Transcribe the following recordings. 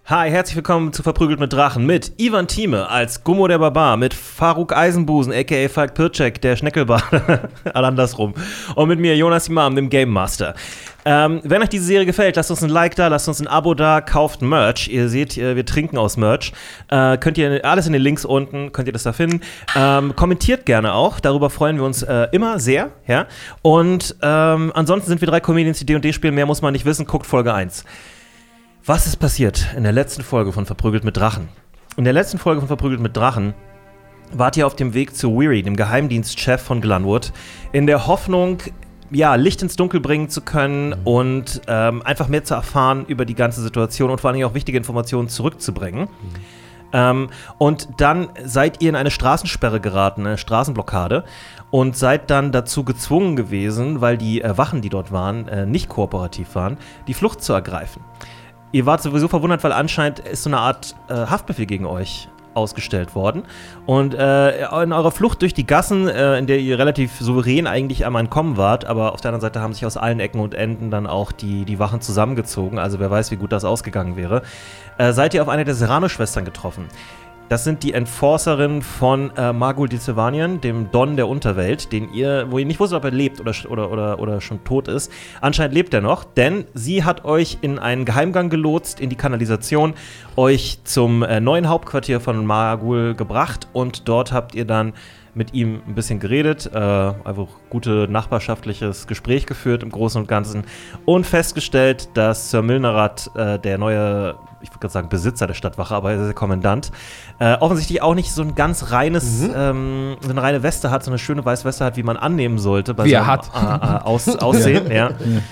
Hi, herzlich willkommen zu Verprügelt mit Drachen mit Ivan Thieme als Gummo der Barbar, mit Faruk Eisenbusen, a.k.a. Falk Pircek, der Schneckelbart, andersrum, und mit mir Jonas Imam, dem Game Master. Wenn euch diese Serie gefällt, lasst uns ein Like da, lasst uns ein Abo da, kauft Merch. Ihr seht, wir trinken aus Merch. Könnt ihr alles in den Links unten, könnt ihr das da finden. Kommentiert gerne auch, darüber freuen wir uns immer sehr. Ja? Und ansonsten sind wir 3 Comedians, die D&D spielen, mehr muss man nicht wissen, guckt Folge 1. Was ist passiert in der letzten Folge von Verprügelt mit Drachen? In der letzten Folge von Verprügelt mit Drachen wart ihr auf dem Weg zu Weary, dem Geheimdienstchef von Glenwood, in der Hoffnung, ja, Licht ins Dunkel bringen zu können und einfach mehr zu erfahren über die ganze Situation und vor allem auch wichtige Informationen zurückzubringen. Und dann seid ihr in eine Straßensperre geraten, eine Straßenblockade, und seid dann dazu gezwungen gewesen, weil die Wachen, die dort waren, nicht kooperativ waren, die Flucht zu ergreifen. Ihr wart sowieso verwundert, weil anscheinend ist so eine Art Haftbefehl gegen euch ausgestellt worden. Und in eurer Flucht durch die Gassen, in der ihr relativ souverän eigentlich am Entkommen wart, aber auf der anderen Seite haben sich aus allen Ecken und Enden dann auch die Wachen zusammengezogen, also wer weiß, wie gut das ausgegangen wäre, seid ihr auf eine der Serrano-Schwestern getroffen. Das sind die Enforcerinnen von Magul Disylvanien, dem Don der Unterwelt, wo ihr nicht wusstet, ob er lebt oder schon tot ist. Anscheinend lebt er noch, denn sie hat euch in einen Geheimgang gelotst, in die Kanalisation, euch zum neuen Hauptquartier von Magul gebracht und dort habt ihr dann mit ihm ein bisschen geredet, einfach gute nachbarschaftliches Gespräch geführt im Großen und Ganzen und festgestellt, dass Sir Milnerat, der neue, ich würde gerade sagen Besitzer der Stadtwache, aber er ist der Kommandant, offensichtlich auch nicht so ein ganz reines, so eine reine Weste hat, so eine schöne weiße Weste hat, wie man annehmen sollte bei Aussehen. Ja.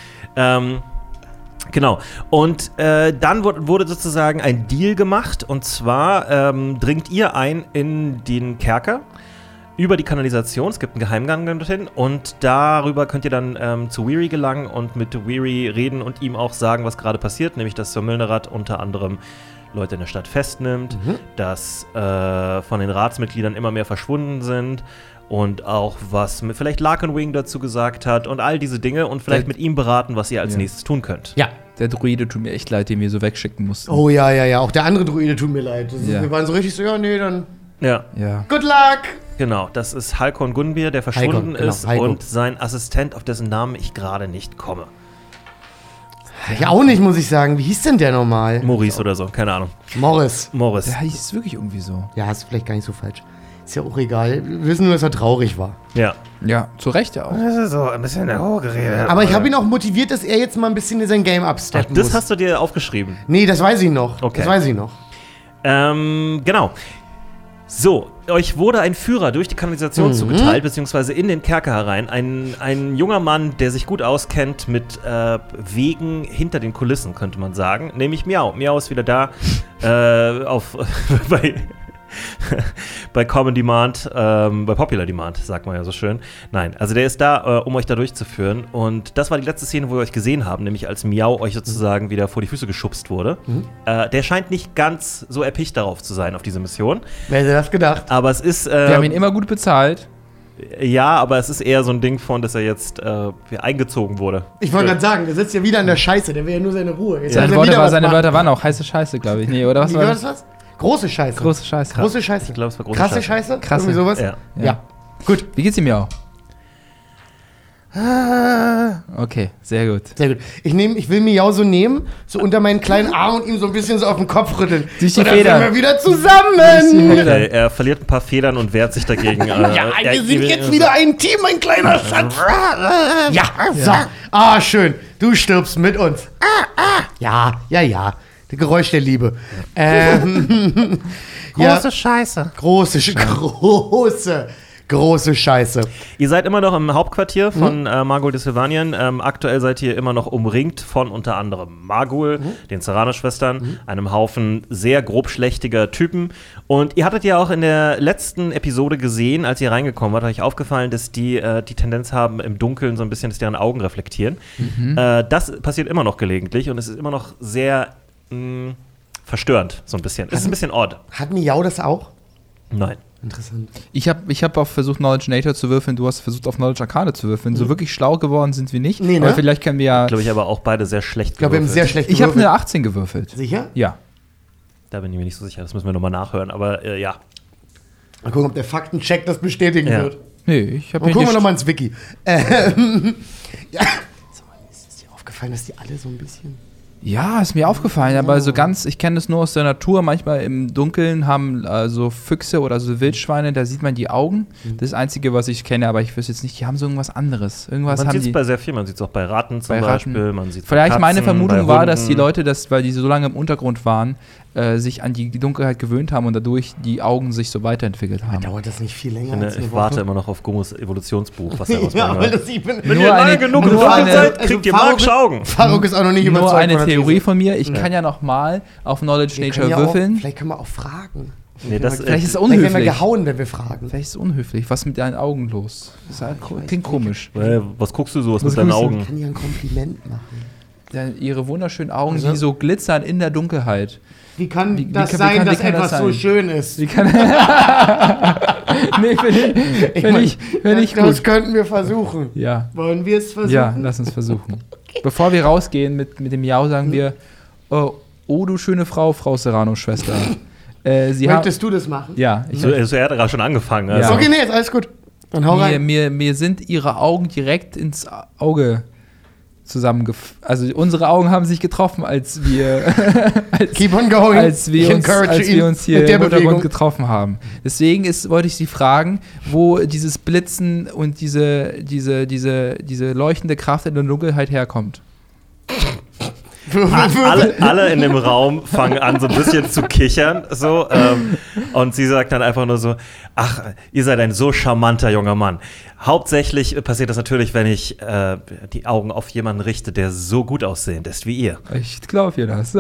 Genau. Und dann wurde sozusagen ein Deal gemacht, und zwar dringt ihr ein in den Kerker über die Kanalisation. Es gibt einen Geheimgang dorthin und darüber könnt ihr dann zu Weary gelangen und mit Weary reden und ihm auch sagen, was gerade passiert, nämlich dass Sir Milnerat unter anderem Leute in der Stadt festnimmt, dass von den Ratsmitgliedern immer mehr verschwunden sind und auch was vielleicht Larkenwing dazu gesagt hat und all diese Dinge und vielleicht mit ihm beraten, was ihr als nächstes tun könnt. Ja. Der Druide tut mir echt leid, den wir so wegschicken mussten. Oh ja, auch der andere Druide tut mir leid. Wir waren so richtig so, ja, nee, dann ja. Good luck! Genau, das ist Halkon Gunbir, der verschwunden ist, und sein Assistent, auf dessen Namen ich gerade nicht komme. Ich auch nicht, muss ich sagen. Wie hieß denn der nochmal? Maurice oder so, keine Ahnung. Morris. Der hieß wirklich irgendwie so. Ja, ist vielleicht gar nicht so falsch. Ist ja auch egal. Wir wissen nur, dass er traurig war. Ja. Ja, zu Recht ja auch. Das ist so ein bisschen der hohe geredet. Aber ich habe ihn auch motiviert, dass er jetzt mal ein bisschen in sein Game upsteppen muss. Das hast du dir aufgeschrieben? Nee, das weiß ich noch. Okay. Das weiß ich noch. Genau. So, euch wurde ein Führer durch die Kanalisation zugeteilt, beziehungsweise in den Kerker herein. Ein junger Mann, der sich gut auskennt mit Wegen hinter den Kulissen, könnte man sagen. Nämlich Miau. Miau ist wieder da bei Common Demand, bei Popular Demand, sagt man ja so schön. Nein, also der ist da, um euch da durchzuführen. Und das war die letzte Szene, wo wir euch gesehen haben, nämlich als Miau euch sozusagen wieder vor die Füße geschubst wurde. Der scheint nicht ganz so erpicht darauf zu sein, auf diese Mission. Wer hätte das gedacht? Aber es ist wir haben ihn immer gut bezahlt. Ja, aber es ist eher so ein Ding von, dass er jetzt eingezogen wurde. Ich wollte gerade sagen, der sitzt ja wieder in der Scheiße, der will ja nur seine Ruhe. Jetzt Seine Wörter waren auch heiße Scheiße, glaube ich. Nee, oder was war das? Große Scheiße. Große Scheiße. Große Scheiße. Ich glaube, es war große Krasse Scheiße. Krasse. Irgendwie sowas? Ja. Gut. Wie geht's ihm ja auch? Okay, sehr gut. Sehr gut. Ich will Miau so nehmen, so unter meinen kleinen Arm und ihm so ein bisschen so auf den Kopf rütteln. Durch die und dann Federn. sind wir wieder zusammen. Okay, er verliert ein paar Federn und wehrt sich dagegen. Ja, wir sind jetzt wieder ein Team, mein kleiner Schatz. Ja, so. Ah, schön. Du stirbst mit uns. Ja. Das Geräusch der Liebe. Große Scheiße. Große Scheiße. Ihr seid immer noch im Hauptquartier von Magul Disylvanien. Aktuell seid ihr immer noch umringt von unter anderem Magul, den Serrano-Schwestern, einem Haufen sehr grobschlächtiger Typen. Und ihr hattet ja auch in der letzten Episode gesehen, als ihr reingekommen wart, euch aufgefallen, dass die Tendenz haben, im Dunkeln so ein bisschen, dass deren Augen reflektieren. Das passiert immer noch gelegentlich und es ist immer noch sehr verstörend, so ein bisschen. Es ist ein bisschen odd. Hat Miau das auch? Nein. Interessant. Ich hab auch versucht, Knowledge Nature zu würfeln. Du hast versucht, auf Knowledge Arcane zu würfeln. So wirklich schlau geworden sind wir nicht. Nee, ne? Aber vielleicht können wir ja. Glaube ich aber auch beide sehr schlecht gewürfelt. Ich glaube, wir haben sehr schlecht gewürfelt. Ich habe eine 18 gewürfelt. Sicher? Ja. Da bin ich mir nicht so sicher. Das müssen wir nochmal nachhören. Aber ja. Mal gucken, ob der Faktencheck das bestätigen wird. Nee, ich habe Und gucken wir nochmal ins Wiki. Ja. Sag mal, ist dir aufgefallen, dass die alle so ein bisschen... Ja, ist mir aufgefallen, aber so ganz, ich kenne das nur aus der Natur, manchmal im Dunkeln haben so Füchse oder so Wildschweine, da sieht man die Augen. Das ist das Einzige, was ich kenne, aber ich wüsste jetzt nicht, die haben so irgendwas anderes. Irgendwas Man haben sieht es die bei sehr viel, man sieht es auch bei Ratten zum Beispiel. Man sieht's bei Vielleicht Katzen, meine Vermutung war, dass die Hunden. Leute, weil die so lange im Untergrund waren, sich an die Dunkelheit gewöhnt haben und dadurch die Augen sich so weiterentwickelt haben. Dauert das nicht viel länger als eine Ich Woche? warte immer noch auf Gummos Evolutionsbuch, was er Ja, weil das Wenn ihr lange genug im Dunkeln seid, kriegt ihr magische Augen. Faruk ist auch noch nicht überzeugt. Nur eine von der Theorie These. von mir, ich kann ja noch mal auf Knowledge Wir Nature können ja würfeln. Auch, vielleicht können wir auch fragen. Nee, das, Vielleicht ist es Vielleicht werden wir unhöflich. gehauen, wenn wir fragen. Vielleicht ist es unhöflich. Was ist mit deinen Augen los? Das ist halt, klingt komisch. was guckst du so Was mit deinen guckst du? Augen? Ich kann dir ein Kompliment machen. Ja, ihre wunderschönen Augen, Also? die so glitzern in der Dunkelheit. Wie kann Wie das kann- sein, wie kann dass das etwas so sein? schön ist? Wie kann nee, finde ich Das gut. könnten wir versuchen. Ja. Wollen wir es versuchen? Ja, lass uns versuchen. Bevor wir rausgehen mit dem Miau, sagen wir, oh, du schöne Frau, Frau Serrano-Schwester. Sie haben, Möchtest du das machen? ja, Er hat gerade schon angefangen. Ja. Also. Okay, nee, ist alles gut. Dann hau rein. mir sind ihre Augen direkt ins Auge also unsere Augen haben sich getroffen, als wir Keep on going. als Ich wir encourage ihn uns hier mit der im Untergrund Bewegung. getroffen haben. Deswegen wollte ich Sie fragen, wo dieses Blitzen und diese leuchtende Kraft in der Dunkelheit herkommt. Alle in dem Raum fangen an, so ein bisschen zu kichern. So, und sie sagt dann einfach nur so: Ach, ihr seid ein so charmanter junger Mann. Hauptsächlich passiert das natürlich, wenn ich die Augen auf jemanden richte, der so gut aussehend ist wie ihr. Ich glaube ihr das.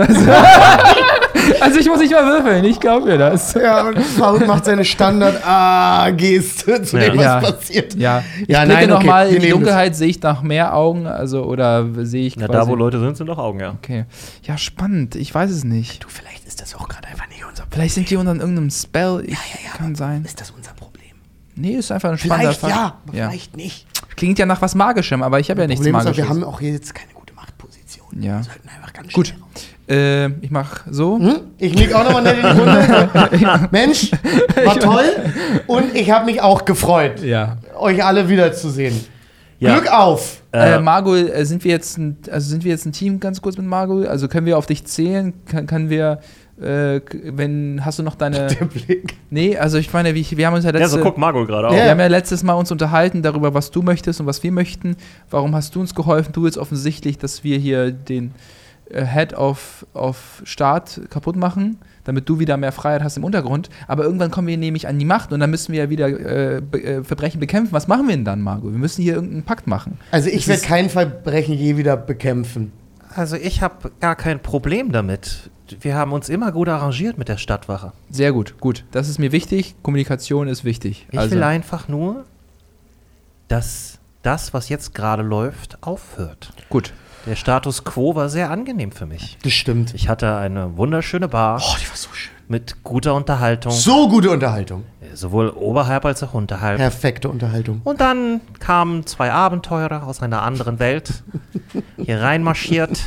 Also ich muss nicht mal würfeln, ich glaube ihr das. Ja, und Faruk macht seine Standard-Geste zu dem, was passiert. Ja, ich Ja, blicke nein, okay, nochmal wir in die nehmen das. Dunkelheit, sehe ich nach mehr Augen, also oder sehe ich Na, quasi... da, wo Leute sind doch Augen, ja. Okay. Ja, spannend, ich weiß es nicht. Du, vielleicht ist das auch gerade einfach nicht unser Problem. Vielleicht sind die unter irgendeinem Spell, kann sein. Ist das unser Problem? Nee, ist einfach ein spannender Vielleicht ja, aber Ja. vielleicht nicht. Klingt ja nach was Magischem, aber ich habe ja nichts Problem ist auch, Magisches. wir haben auch hier jetzt keine gute Machtposition. Ja. Wir sollten einfach ganz Gut. schnell raus. Ich mach so. Ich leg auch nochmal nett in die Runde. Mensch, war toll. Und ich habe mich auch gefreut, Ja. euch alle wiederzusehen. Ja. Glück auf! Margul, sind wir jetzt ein Team ganz kurz mit Margul? Also können wir auf dich zählen? Können wir, hast du noch deine... Der Blick. Nee, also ich meine, wir haben uns ja Ja, so guckt Margot gerade auch. Wir haben ja letztes Mal uns unterhalten darüber, was du möchtest und was wir möchten. Warum hast du uns geholfen? Du willst offensichtlich, dass wir hier den Head of Staat kaputt machen, damit du wieder mehr Freiheit hast im Untergrund. Aber irgendwann kommen wir nämlich an die Macht und dann müssen wir ja wieder Verbrechen bekämpfen. Was machen wir denn dann, Margot? Wir müssen hier irgendeinen Pakt machen. Also ich werde kein Verbrechen je wieder bekämpfen. Also ich habe gar kein Problem damit. Wir haben uns immer gut arrangiert mit der Stadtwache. Sehr gut, gut. Das ist mir wichtig. Kommunikation ist wichtig. Ich will einfach nur, dass das, was jetzt gerade läuft, aufhört. Gut. Der Status quo war sehr angenehm für mich. Das stimmt. Ich hatte eine wunderschöne Bar Oh, die war so schön. mit guter Unterhaltung. So gute Unterhaltung. Sowohl oberhalb als auch unterhalb. Perfekte Unterhaltung. Und dann kamen zwei Abenteurer aus einer anderen Welt hier reinmarschiert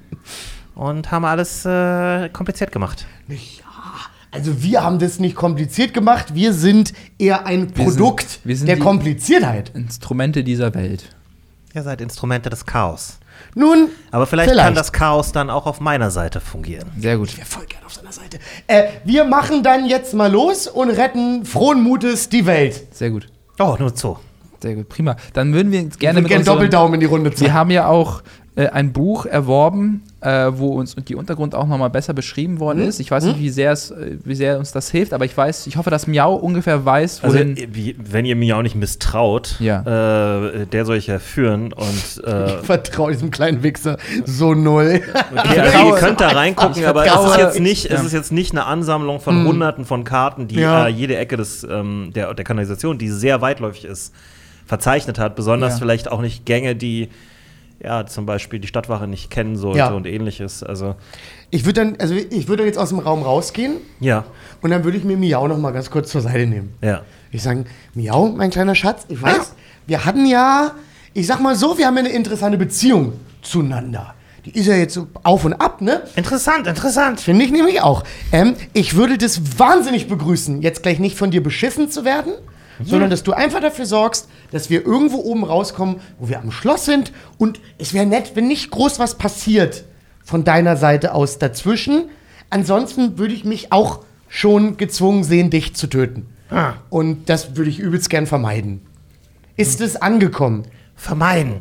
und haben alles kompliziert gemacht. Ja, also wir haben das nicht kompliziert gemacht. Wir sind eher ein Produkt wir sind der die- Kompliziertheit. Instrumente dieser Welt. Ihr seid Instrumente des Chaos. Nun, Aber vielleicht kann das Chaos dann auch auf meiner Seite fungieren. Sehr gut. ich wäre voll gern auf seiner Seite. Wir machen dann jetzt mal los und retten frohen Mutes die Welt. Sehr gut. Oh, nur so. Sehr gut. Prima. Dann würden wir Ich gerne würde mit gerne unserem... Doppeldaumen in die Runde Wir zeigen. haben ja auch ein Buch erworben, wo uns die Untergrund auch nochmal besser beschrieben worden ist. Ich weiß nicht, wie sehr uns das hilft, aber ich hoffe, dass Miau ungefähr weiß, Also, wohin... wenn ihr mir auch nicht misstraut, Ja. der soll ich ja führen. Und Ich vertraue diesem kleinen Wichser so null. okay, also ihr könnt da reingucken, aber es vertraue- ist jetzt nicht eine Ansammlung von Hunderten von Karten, die Ja. jede Ecke der Kanalisation, die sehr weitläufig ist, verzeichnet hat. Besonders Ja. vielleicht auch nicht Gänge, die zum Beispiel die Stadtwache nicht kennen sollte Ja. und ähnliches. Also, Ich würde dann jetzt aus dem Raum rausgehen ja, und dann würde ich mir Miau noch mal ganz kurz zur Seite nehmen. ja. Ich sage, Miau, mein kleiner Schatz, ich weiß, wir hatten ja, ich sag mal so, wir haben ja eine interessante Beziehung zueinander. Die ist ja jetzt so auf und ab, ne? Interessant. Finde ich nämlich auch. Ich würde das wahnsinnig begrüßen, jetzt gleich nicht von dir beschissen zu werden, sondern dass du einfach dafür sorgst, dass wir irgendwo oben rauskommen, wo wir am Schloss sind. Und es wäre nett, wenn nicht groß was passiert von deiner Seite aus dazwischen. Ansonsten würde ich mich auch schon gezwungen sehen, dich zu töten. Und das würde ich übelst gern vermeiden. Ist es angekommen? Vermeiden.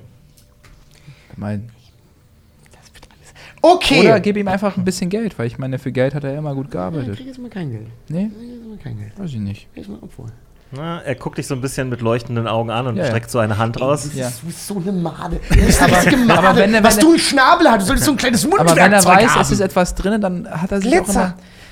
Okay. Oder gib ihm einfach ein bisschen Geld, weil ich meine, für Geld hat er immer gut Ich gearbeitet. krieg jetzt mal kein Geld. Nee? Kein Geld. Weiß ich nicht. Jetzt mal obwohl. Na, er guckt dich so ein bisschen mit leuchtenden Augen an und Ja, ja. streckt so eine Hand raus. Ja. Du bist so eine Made. Du bist eine richtige Made. aber wenn er- was du einen Schnabel hast, du solltest so ein kleines Aber wenn er Mundwerkzeug weiß, haben. es ist etwas drin, dann hat er sich Glitzer. auch immer...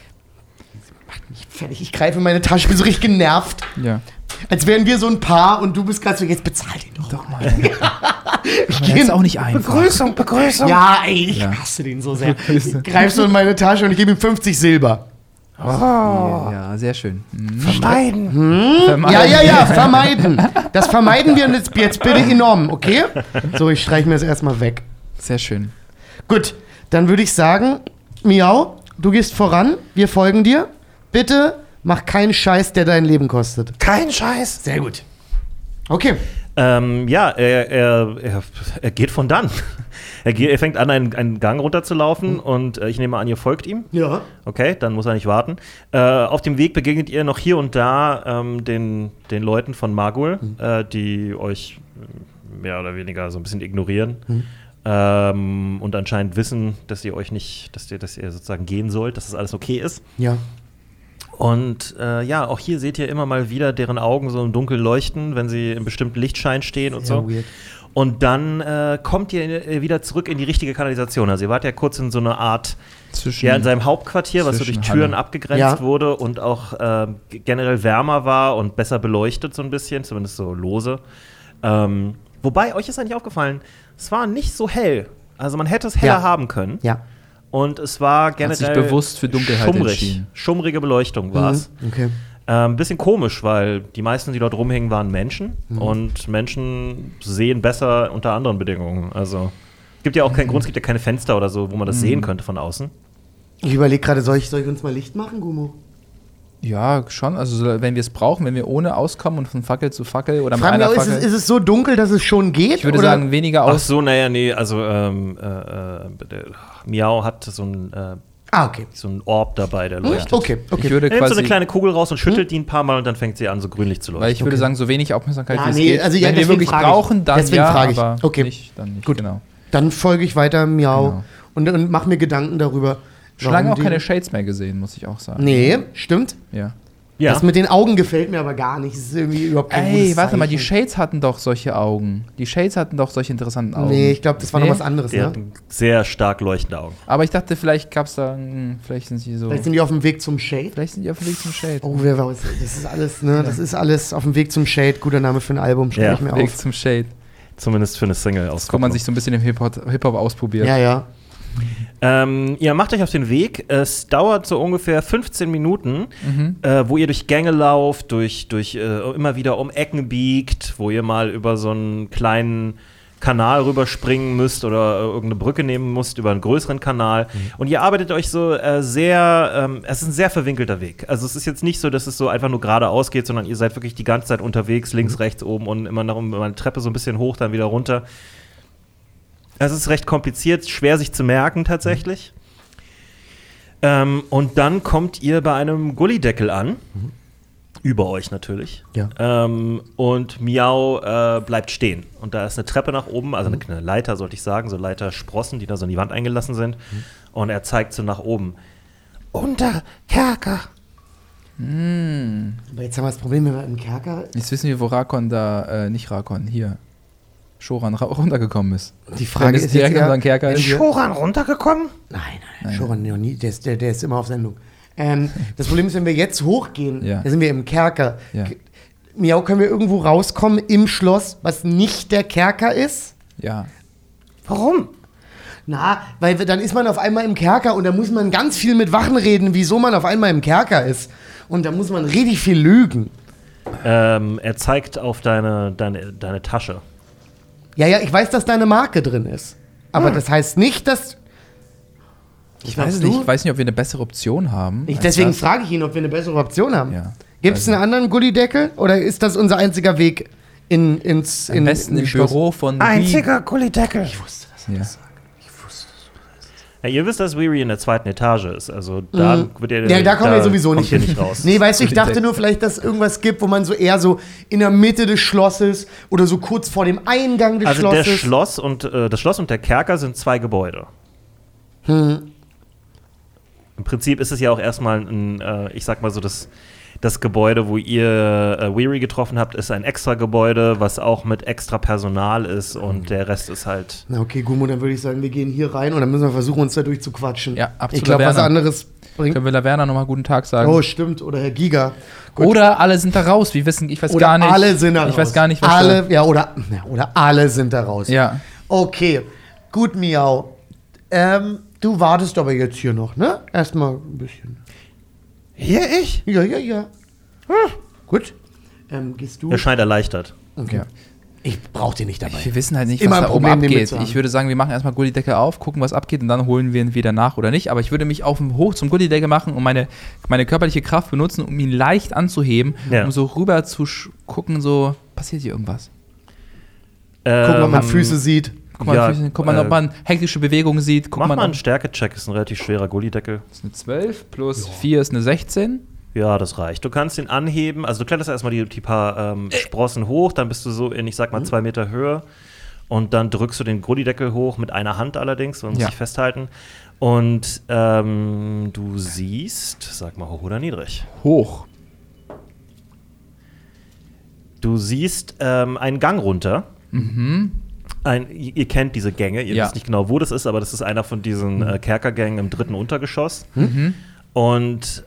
Macht mich fertig. Ich greife in meine Tasche, bin so richtig genervt. Ja. Als wären wir so ein Paar und du bist gerade so, jetzt bezahl den doch. Doch mal. Ich Das ist auch nicht einfach. Begrüßung. Ja, ey, ich Ja. hasse den so sehr. Ich greife so in meine Tasche und ich gebe ihm 50 Silber. Ja, sehr schön. Vermeiden. Ja, vermeiden. Das vermeiden wir jetzt bitte enorm, okay? So, ich streiche mir das erstmal weg. Sehr schön. Gut, dann würde ich sagen, Miau, du gehst voran, wir folgen dir. Bitte mach keinen Scheiß, der dein Leben kostet. Kein Scheiß. Sehr gut. Okay. Ja, er geht von dann. Er fängt an, einen Gang runterzulaufen und ich nehme an, ihr folgt ihm. Ja. Okay, dann muss er nicht warten. Auf dem Weg begegnet ihr noch hier und da den Leuten von Magul, die euch mehr oder weniger so ein bisschen ignorieren. Und anscheinend wissen, dass ihr euch nicht, dass ihr sozusagen gehen sollt, dass das alles okay ist. Ja. Und ja, auch hier seht ihr immer mal wieder deren Augen so im Dunkel leuchten, wenn sie in bestimmten Lichtschein stehen und Sehr so. weird. Und dann kommt ihr wieder zurück in die richtige Kanalisation. Also ihr wart ja kurz in so einer Art, in seinem Hauptquartier, was so durch Zwischenhalle. Türen abgegrenzt Ja. wurde und auch generell wärmer war und besser beleuchtet so ein bisschen, zumindest so lose. Wobei, euch ist eigentlich aufgefallen, es war nicht so hell. Also man hätte es heller Ja. haben können. Ja. Und es war generell sich bewusst für Dunkelheit entschieden. Schummrige Beleuchtung war es. Okay. Ein bisschen komisch, weil die meisten, die dort rumhingen, waren Menschen. Und Menschen sehen besser unter anderen Bedingungen. Also es gibt ja auch keinen Grund, es gibt ja keine Fenster oder so, wo man das sehen könnte von außen. Ich überlege gerade, soll ich uns mal Licht machen, Gummo? Ja, schon. Also wenn wir es brauchen, wenn wir ohne auskommen und von Fackel zu Fackel oder mit Fragen wir, einer ist Fackel. es so dunkel, dass es schon geht? Ich würde oder? sagen, weniger Ach aus. so, naja, nee, also Miau hat so Okay. ein Orb dabei, der leuchtet. Okay, Ich okay. würde Er nimmt so quasi, eine kleine Kugel raus und schüttelt die ein paar Mal und dann fängt sie an, so grünlich zu leuchten. weil ich würde sagen, so wenig Aufmerksamkeit Ja, wie es nee, geht. also ja, wenn wir deswegen wirklich frage ich. brauchen, dann Deswegen ja, frage ich. aber Okay. nicht, dann nicht. Gut. Genau. Dann folge ich weiter, Miau. Genau. Und mach mir Gedanken darüber. Schon lange warum auch keine die- Shades mehr gesehen, muss ich auch sagen. Nee, stimmt. Ja. ja. Das mit den Augen gefällt mir aber gar nicht. Das ist irgendwie überhaupt kein Ey, gutes warte mal, die Zeichen. Shades hatten doch solche Augen. Die Shades hatten doch solche interessanten Augen. Nee, ich glaube, das war Nee? noch was anderes, Der ne? hat sehr stark leuchtende Augen. Aber ich dachte, vielleicht gab's da, vielleicht sind sie so. Vielleicht sind die auf dem Weg zum Shade. Vielleicht sind die auf dem Weg zum Shade. Oh, wer weiß. Das ist alles, ne? Das ist alles auf dem Weg zum Shade. Guter Name für ein Album, schreibe Ja, ich mir Weg auf. zum Shade. Zumindest für eine Single aus. Wo man sich so ein bisschen im Hip-Hop ausprobiert. Ja, ja. Ihr macht euch auf den Weg. Es dauert so ungefähr 15 Minuten, wo ihr durch Gänge lauft, durch immer wieder um Ecken biegt, wo ihr mal über so einen kleinen Kanal rüberspringen müsst oder irgendeine Brücke nehmen müsst über einen größeren Kanal. Und ihr arbeitet euch so es ist ein sehr verwinkelter Weg. Also es ist jetzt nicht so, dass es so einfach nur geradeaus geht, sondern ihr seid wirklich die ganze Zeit unterwegs, links, rechts, oben und immer noch eine Treppe so ein bisschen hoch, dann wieder runter. Es ist recht kompliziert, schwer sich zu merken tatsächlich. Und dann kommt ihr bei einem Gullideckel an. Über euch natürlich. Ja. Und Miau bleibt stehen. Und da ist eine Treppe nach oben, also eine Leiter, sollte ich sagen, so Leitersprossen, die da so in die Wand eingelassen sind. Und er zeigt so nach oben. Unter Kerker. Aber jetzt haben wir das Problem, wenn wir im Kerker. Jetzt wissen wir, wo Rakon da, nicht Rakon, hier, Shoran runtergekommen ist. Die Frage ist direkt jetzt an unseren Kerker. Ist Shoran runtergekommen? Nein, Shoran noch nie. Der ist immer auf Sendung. Das Problem ist, wenn wir jetzt hochgehen, Ja. da sind wir im Kerker. Ja. Miau, können wir irgendwo rauskommen im Schloss, was nicht der Kerker ist? Ja. Warum? Na, weil dann ist man auf einmal im Kerker und da muss man ganz viel mit Wachen reden, wieso man auf einmal im Kerker ist. Und da muss man richtig viel lügen. Er zeigt auf deine Tasche. Ja, ich weiß, dass da eine Marke drin ist. Aber das heißt nicht, dass... Ich weiß es nicht. Ich weiß nicht, ob wir eine bessere Option haben. Deswegen frage ich ihn, ob wir eine bessere Option haben. Ja. Gibt es einen anderen Gullideckel oder ist das unser einziger Weg Am besten im Büro von Einziger Gullideckel. Ich wusste das. Ja. Ja, ihr wisst, dass Weary in der 2. Etage ist. Also da wird ihr. Ja, da kommen wir sowieso kommt nicht ihr hin. nicht raus. Nee, weißt du, ich dachte nur vielleicht, dass es irgendwas gibt, wo man so eher so in der Mitte des Schlosses oder so kurz vor dem Eingang des Also Schlosses. das Schloss und der Kerker sind 2 Gebäude. Im Prinzip ist es ja auch erstmal ich sag mal so, das Gebäude, wo ihr Weary getroffen habt, ist ein extra Gebäude, was auch mit extra Personal ist und der Rest ist halt. Na okay, Gummo, dann würde ich sagen, wir gehen hier rein und dann müssen wir versuchen, uns dadurch zu quatschen. Ja, ab Ich zu glaube, was Laverna. anderes bringt. Können wir Laverna nochmal guten Tag sagen? Oh, stimmt. Oder Herr Giga. Gut. Oder alle sind da raus. Ich weiß Oder gar nicht. alle sind da raus. Ich weiß gar nicht, was alle, ja, oder alle sind da raus. Ja. Okay, gut, Miau. Du wartest aber jetzt hier noch, ne? Erstmal ein bisschen. Hier ich? Ja. Gut. Gehst du? Er scheint erleichtert. Okay. Ja. Ich brauch den nicht dabei. Wir wissen halt nicht, Immer was ein da oben Problem, den abgeht. mitzuhaben. Ich würde sagen, wir machen erstmal Gullideckel auf, gucken, was abgeht und dann holen wir ihn wieder nach oder nicht. Aber ich würde mich hoch zum Gullideckel machen und meine körperliche Kraft benutzen, um ihn leicht anzuheben, Ja. um so rüber zu gucken, so, passiert hier irgendwas? Gucken, ob man Füße sieht. Guck mal, Ja, guck mal, ob man hektische Bewegungen sieht. Guck Mach mal mal, einen Stärke-Check, ist ein relativ schwerer Gullideckel. das ist eine 12 plus 4 ist eine 16. Ja, das reicht. Du kannst ihn anheben, also du kletterst erstmal die paar Sprossen hoch, dann bist du so in, ich sag mal, 2 Meter Höhe und dann drückst du den Gullideckel hoch, mit einer Hand allerdings, man muss Ja. sich festhalten. Und du siehst, sag mal hoch oder niedrig, Hoch. du siehst einen Gang runter. Ihr kennt diese Gänge, ihr Ja. wisst nicht genau, wo das ist, aber das ist einer von diesen Kerkergängen im 3. Untergeschoss. Und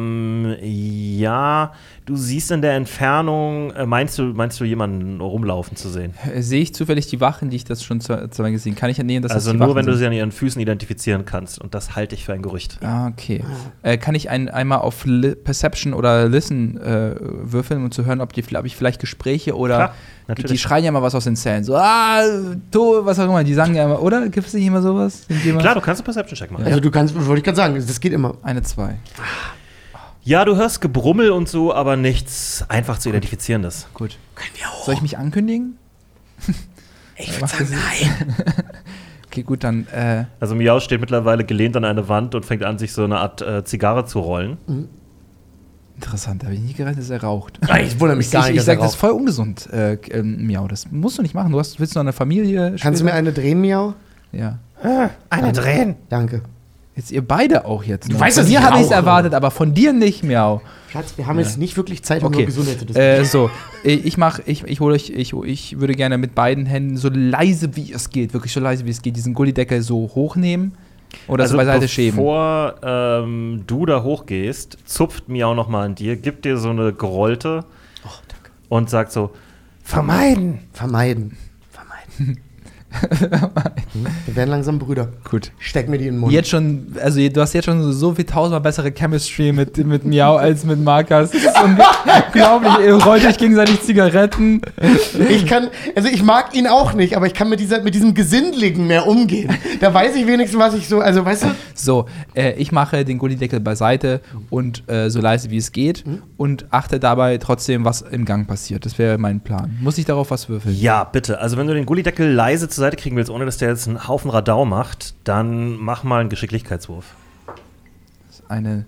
ja, du siehst in der Entfernung, meinst du jemanden rumlaufen zu sehen? Sehe ich zufällig die Wachen, die ich das schon zweimal gesehen? Kann ich entnehmen, dass Also das die nur, Wachen wenn du sind? sie an ihren Füßen identifizieren kannst. Und das halte ich für ein Gerücht. Ah, okay. Kann ich einmal auf Perception oder Listen würfeln, um zu hören, ob ich vielleicht Gespräche oder Klar, natürlich. die schreien ja mal was aus den Zellen. So, was auch immer. Die sagen ja immer, oder? Gibt es nicht immer sowas? Klar, du kannst einen Perception-Check machen. Also du kannst, wollte ich gerade sagen, das geht immer. Eine 2. Ja, du hörst Gebrummel und so, aber nichts einfach zu identifizierendes. Gut. Können wir auch. Soll ich mich ankündigen? Ich würde sagen, nein. Okay, gut, dann. Also Miau steht mittlerweile gelehnt an eine Wand und fängt an, sich so eine Art Zigarre zu rollen. Interessant, da habe ich nie gerechnet, dass er raucht. Ich wundere mich gar nicht, Ich dass er sage, das ist raucht. voll ungesund, Miau. Das musst du nicht machen. Willst du noch eine Familie? Kannst du mir eine drehen, Miau? Ja. Eine drehen. Danke. Jetzt ihr beide auch jetzt. Ne? Du weißt, von dass mir ich habe ich es rauche. erwartet, aber von dir nicht, Miau. Schatz, wir haben jetzt nicht wirklich Zeit, um über Okay. Gesundheit zu diskutieren. So, ich würde gerne mit beiden Händen so leise wie es geht, wirklich so leise wie es geht, diesen Gullideckel so hochnehmen oder so beiseite schieben. Bevor du da hochgehst, zupft Miau noch mal an dir, gibt dir so eine gerollte und sagt so, vermeiden. Vermeiden. Wir werden langsam Brüder. Gut. Steck mir die in den Mund. Jetzt schon, also du hast jetzt schon so viel tausendmal bessere Chemistry mit Miau als mit Markus. Das ist unglaublich. Ihr rollt euch gegenseitig Zigaretten. Ich mag ihn auch nicht, aber ich kann mit diesem Gesindligen mehr umgehen. Da weiß ich wenigstens, was ich so, also weißt du? So, ich mache den Gullideckel beiseite und so leise wie es geht und achte dabei trotzdem, was im Gang passiert. Das wäre mein Plan. Muss ich darauf was würfeln? Ja, bitte. Also wenn du den Gullideckel leise zur Seite kriegen willst, ohne dass der jetzt einen Haufen Radau macht, dann mach mal einen Geschicklichkeitswurf. Eine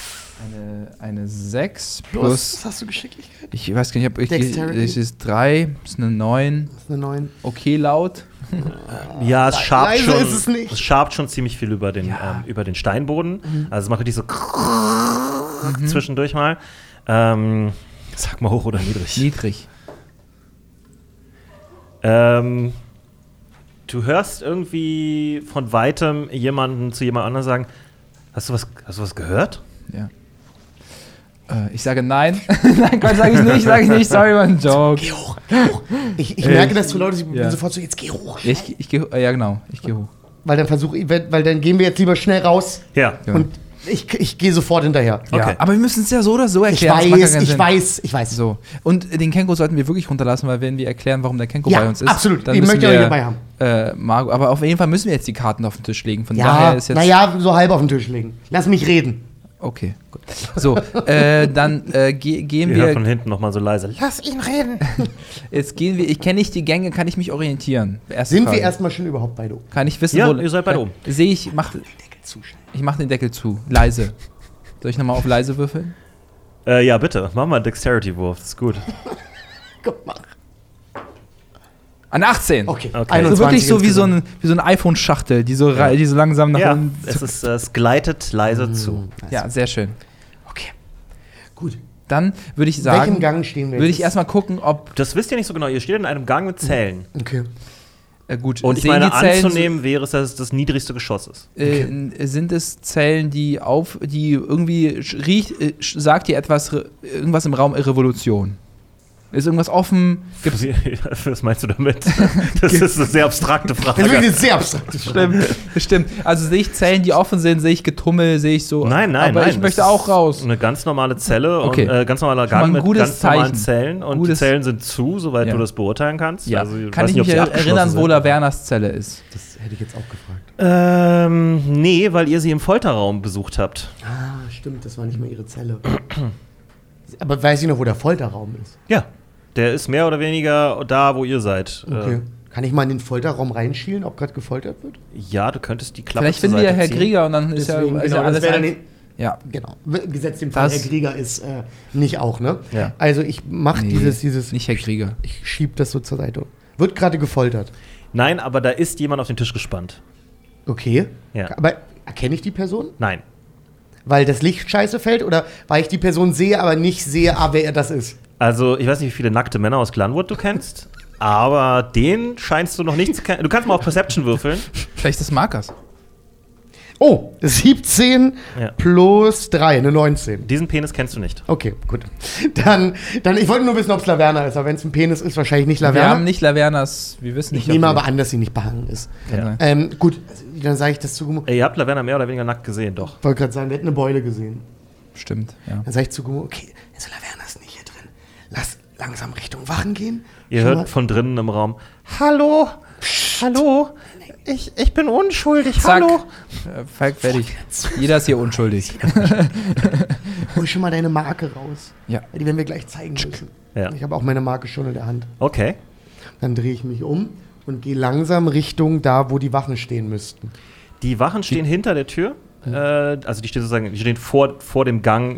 6 plus. Was hast du Geschicklichkeit? Ich weiß gar nicht, Dexterity? es ist 3, ist eine 9. Das ist eine 9. Okay, laut. Ja, es schabt leise schon, ist es nicht. es schabt schon ziemlich viel über den Steinboden. Also es macht richtig so zwischendurch mal. Sag mal hoch oder niedrig. Niedrig. Du hörst irgendwie von weitem jemanden zu jemand anderem sagen, hast du was gehört? Ja. Ich sage nein. Nein, Gott, sage ich nicht. Sorry, war ein Joke. Geh hoch. Ich merke, dass du Leute bin sofort so, jetzt geh hoch. Ich gehe ja genau, ich gehe hoch. Weil dann gehen wir jetzt lieber schnell raus. Ja. Ja. Und Ich gehe sofort hinterher. Ja, Okay. aber wir müssen es ja so oder so Ich erklären. das macht ja keinen weiß, Sinn. ich weiß. So. Und den Kenko sollten wir wirklich runterlassen, weil wenn wir erklären, warum der Kenko Ja, bei uns ist, absolut. dann Ich müssen möchte wir euch dabei haben. Margot, aber auf jeden Fall müssen wir jetzt die Karten auf den Tisch legen. Von Ja, daher ist jetzt. naja, so halb auf den Tisch legen. Lass mich reden. Okay, gut. So, dann gehen Wir hören wir. von hinten nochmal so leise. Lass ihn reden. Jetzt gehen wir. Ich kenne nicht die Gänge, kann ich mich orientieren? Erste Sind Frage. wir erstmal schon überhaupt beide? Kann ich wissen, Ja, wo. ihr seid beide oben. Sehe ich, ich mach den Deckel zu. Leise. Soll ich nochmal auf leise würfeln? Ja, bitte. Mach mal einen Dexterity-Wurf. Das ist gut. Guck mal. An 18. Okay. Also wirklich so wie so ein iPhone-Schachtel, die so langsam nach Ja, unten. es gleitet leise zu. Ja, sehr schön. Okay. Gut. Dann würde ich In welchem sagen, Gang stehen wir würde ich jetzt? erstmal gucken, ob. Das wisst ihr nicht so genau. Ihr steht in einem Gang mit Zellen. Okay. Gut, Und ich sehen meine, die Zellen anzunehmen wäre es, dass es das niedrigste Geschoss ist. sind es Zellen, die irgendwie sagt dir irgendwas im Raum Revolution? Ist irgendwas offen? Gibt's Was meinst du damit? Das ist eine sehr abstrakte Frage. Das ist wirklich eine sehr abstrakte Frage. Stimmt. Also sehe ich Zellen, die offen sind, sehe ich Getummel, sehe ich so. Nein. Aber ich möchte das auch raus. ist eine ganz normale Zelle Okay. und ganz normaler Schon mal Gang ein mit gutes ganz normalen Zeichen. Zellen. Und Gutes- die Zellen sind zu, soweit Ja. du das beurteilen kannst. Ja. Also, Kann weiß ich nicht, ob mich sie abgeschlossen erinnern, wo sind. Lavernas Zelle ist? Das hätte ich jetzt auch gefragt. Nee, weil ihr sie im Folterraum besucht habt. Ah, stimmt, das war nicht mehr ihre Zelle. Aber weiß ich noch, wo der Folterraum ist? Ja. Der ist mehr oder weniger da, wo ihr seid. Okay. Kann ich mal in den Folterraum reinschielen, ob gerade gefoltert wird? Ja, du könntest die Klappe Vielleicht zur finden wir ja Seite Herr ziehen. Krieger und dann ist Deswegen, ja genau, alles das wäre dann ein- Ja. Genau. Gesetzt dem Fall, Das- Herr Krieger ist nicht auch, ne? Ja. Also ich mache Nee, dieses. Nicht Herr Krieger. Ich schieb das so zur Seite. Wird gerade gefoltert. Nein, aber da ist jemand auf den Tisch gespannt. Okay. Ja. Aber erkenne ich die Person? Nein. Weil das Licht scheiße fällt oder weil ich die Person sehe, aber nicht sehe, wer das ist? Also, ich weiß nicht, wie viele nackte Männer aus Glenwood du kennst, aber den scheinst du noch nicht zu kennen. Du kannst mal auf Perception würfeln. Vielleicht ist Markers. Oh, 17 Ja. plus 3, eine 19. Diesen Penis kennst du nicht. Okay, gut. Dann ich wollte nur wissen, ob es Laverna ist, aber wenn es ein Penis ist, wahrscheinlich nicht Wir haben Laverna. nicht Lavernas, wir wissen nicht. Ich nehme ob wir- aber an, dass sie nicht behangen ist. Ja. Gut, also, dann sage ich das zu Gummo. Ey, ihr habt Laverna mehr oder weniger nackt gesehen, doch. Ich wollte gerade sagen, wir hätten eine Beule gesehen. Stimmt, ja. Dann sage ich zu Gummo, okay, also Laverna ist nicht hier drin. Lass langsam Richtung Wachen gehen. Ihr Schon hört mal- von drinnen im Raum: Hallo? Hallo? Ich bin unschuldig. Zack. Hallo? Falk, fertig. Jeder ist hier unschuldig. Hol schon mal deine Marke raus. Ja. Die werden wir gleich zeigen müssen. Ja. Ich habe auch meine Marke schon in der Hand. Okay. Dann drehe ich mich um und gehe langsam Richtung da, wo die Wachen stehen müssten. Die Wachen stehen hinter der Tür. Also die stehen vor dem Gang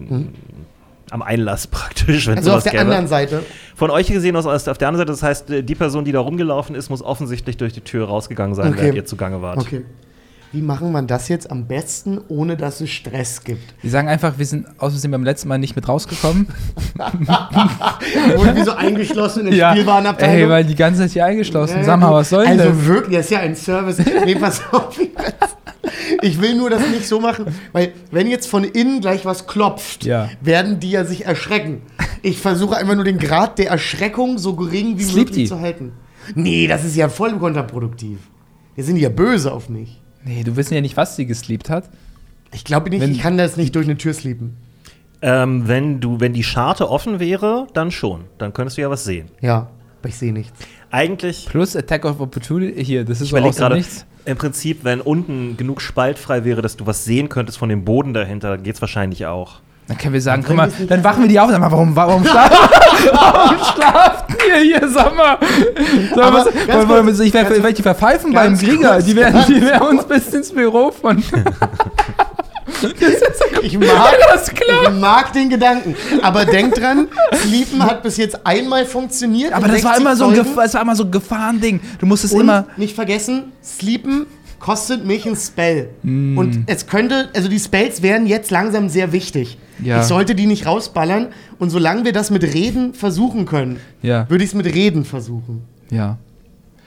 am Einlass praktisch, wenn Also auf sowas der gäbe. anderen Seite. Von euch gesehen aus auf der anderen Seite, das heißt, die Person, die da rumgelaufen ist, muss offensichtlich durch die Tür rausgegangen sein, Okay. während ihr zugange wart. Okay. Wie machen wir das jetzt am besten, ohne dass es Stress gibt? Wir sagen einfach, wir sind aus Versehen beim letzten Mal nicht mit rausgekommen. Wurden wir so eingeschlossen in der Spielwarenabteilung? Ey, weil die ganze Zeit hier eingeschlossen. Ja, Sag mal, was soll denn Also das? wirklich, das ist ja ein Service. Nee, pass auf. Ich will nur das nicht so machen, weil wenn jetzt von innen gleich was klopft, Ja. werden die ja sich erschrecken. Ich versuche einfach nur den Grad der Erschreckung so gering wie Sleep möglich die. zu halten. Nee, das ist ja voll kontraproduktiv. Die sind ja böse auf mich. Nee, du wissen ja nicht, was sie gesleept hat. Ich glaube nicht, Wenn- ich kann das nicht durch eine Tür sleepen. Wenn die Scharte offen wäre, dann schon. Dann könntest du ja was sehen. Ja, aber ich sehe nichts. Eigentlich, Plus Attack of Opportunity. Hier, das ist ich so überlege aus dem gerade, Nichts. im Prinzip, wenn unten genug spaltfrei wäre, dass du was sehen könntest von dem Boden dahinter, dann geht's wahrscheinlich auch. Dann können wir sagen, Dann guck mal, können wir es nicht dann wachen wir die auf und sagen, warum schlafen ihr hier, sag mal? Aber Was, ganz wollen kurz, ich werde die verpfeifen beim ganz Krieger. kurz, Die werden uns bis ins Büro von. Ich mag, Das ist klar. ich mag den Gedanken. Aber denk dran, Sleepen hat bis jetzt einmal funktioniert. Aber in das war 60 immer so Folgen. das war immer so ein Gefahrending. Du musstest Und immer. nicht vergessen, Sleepen kostet mich ein Spell. Mm. Und es könnte, also die Spells werden jetzt langsam sehr wichtig. Ja. Ich sollte die nicht rausballern. Und solange wir das mit Reden versuchen können, Ja. würde ich es mit Reden versuchen. Ja.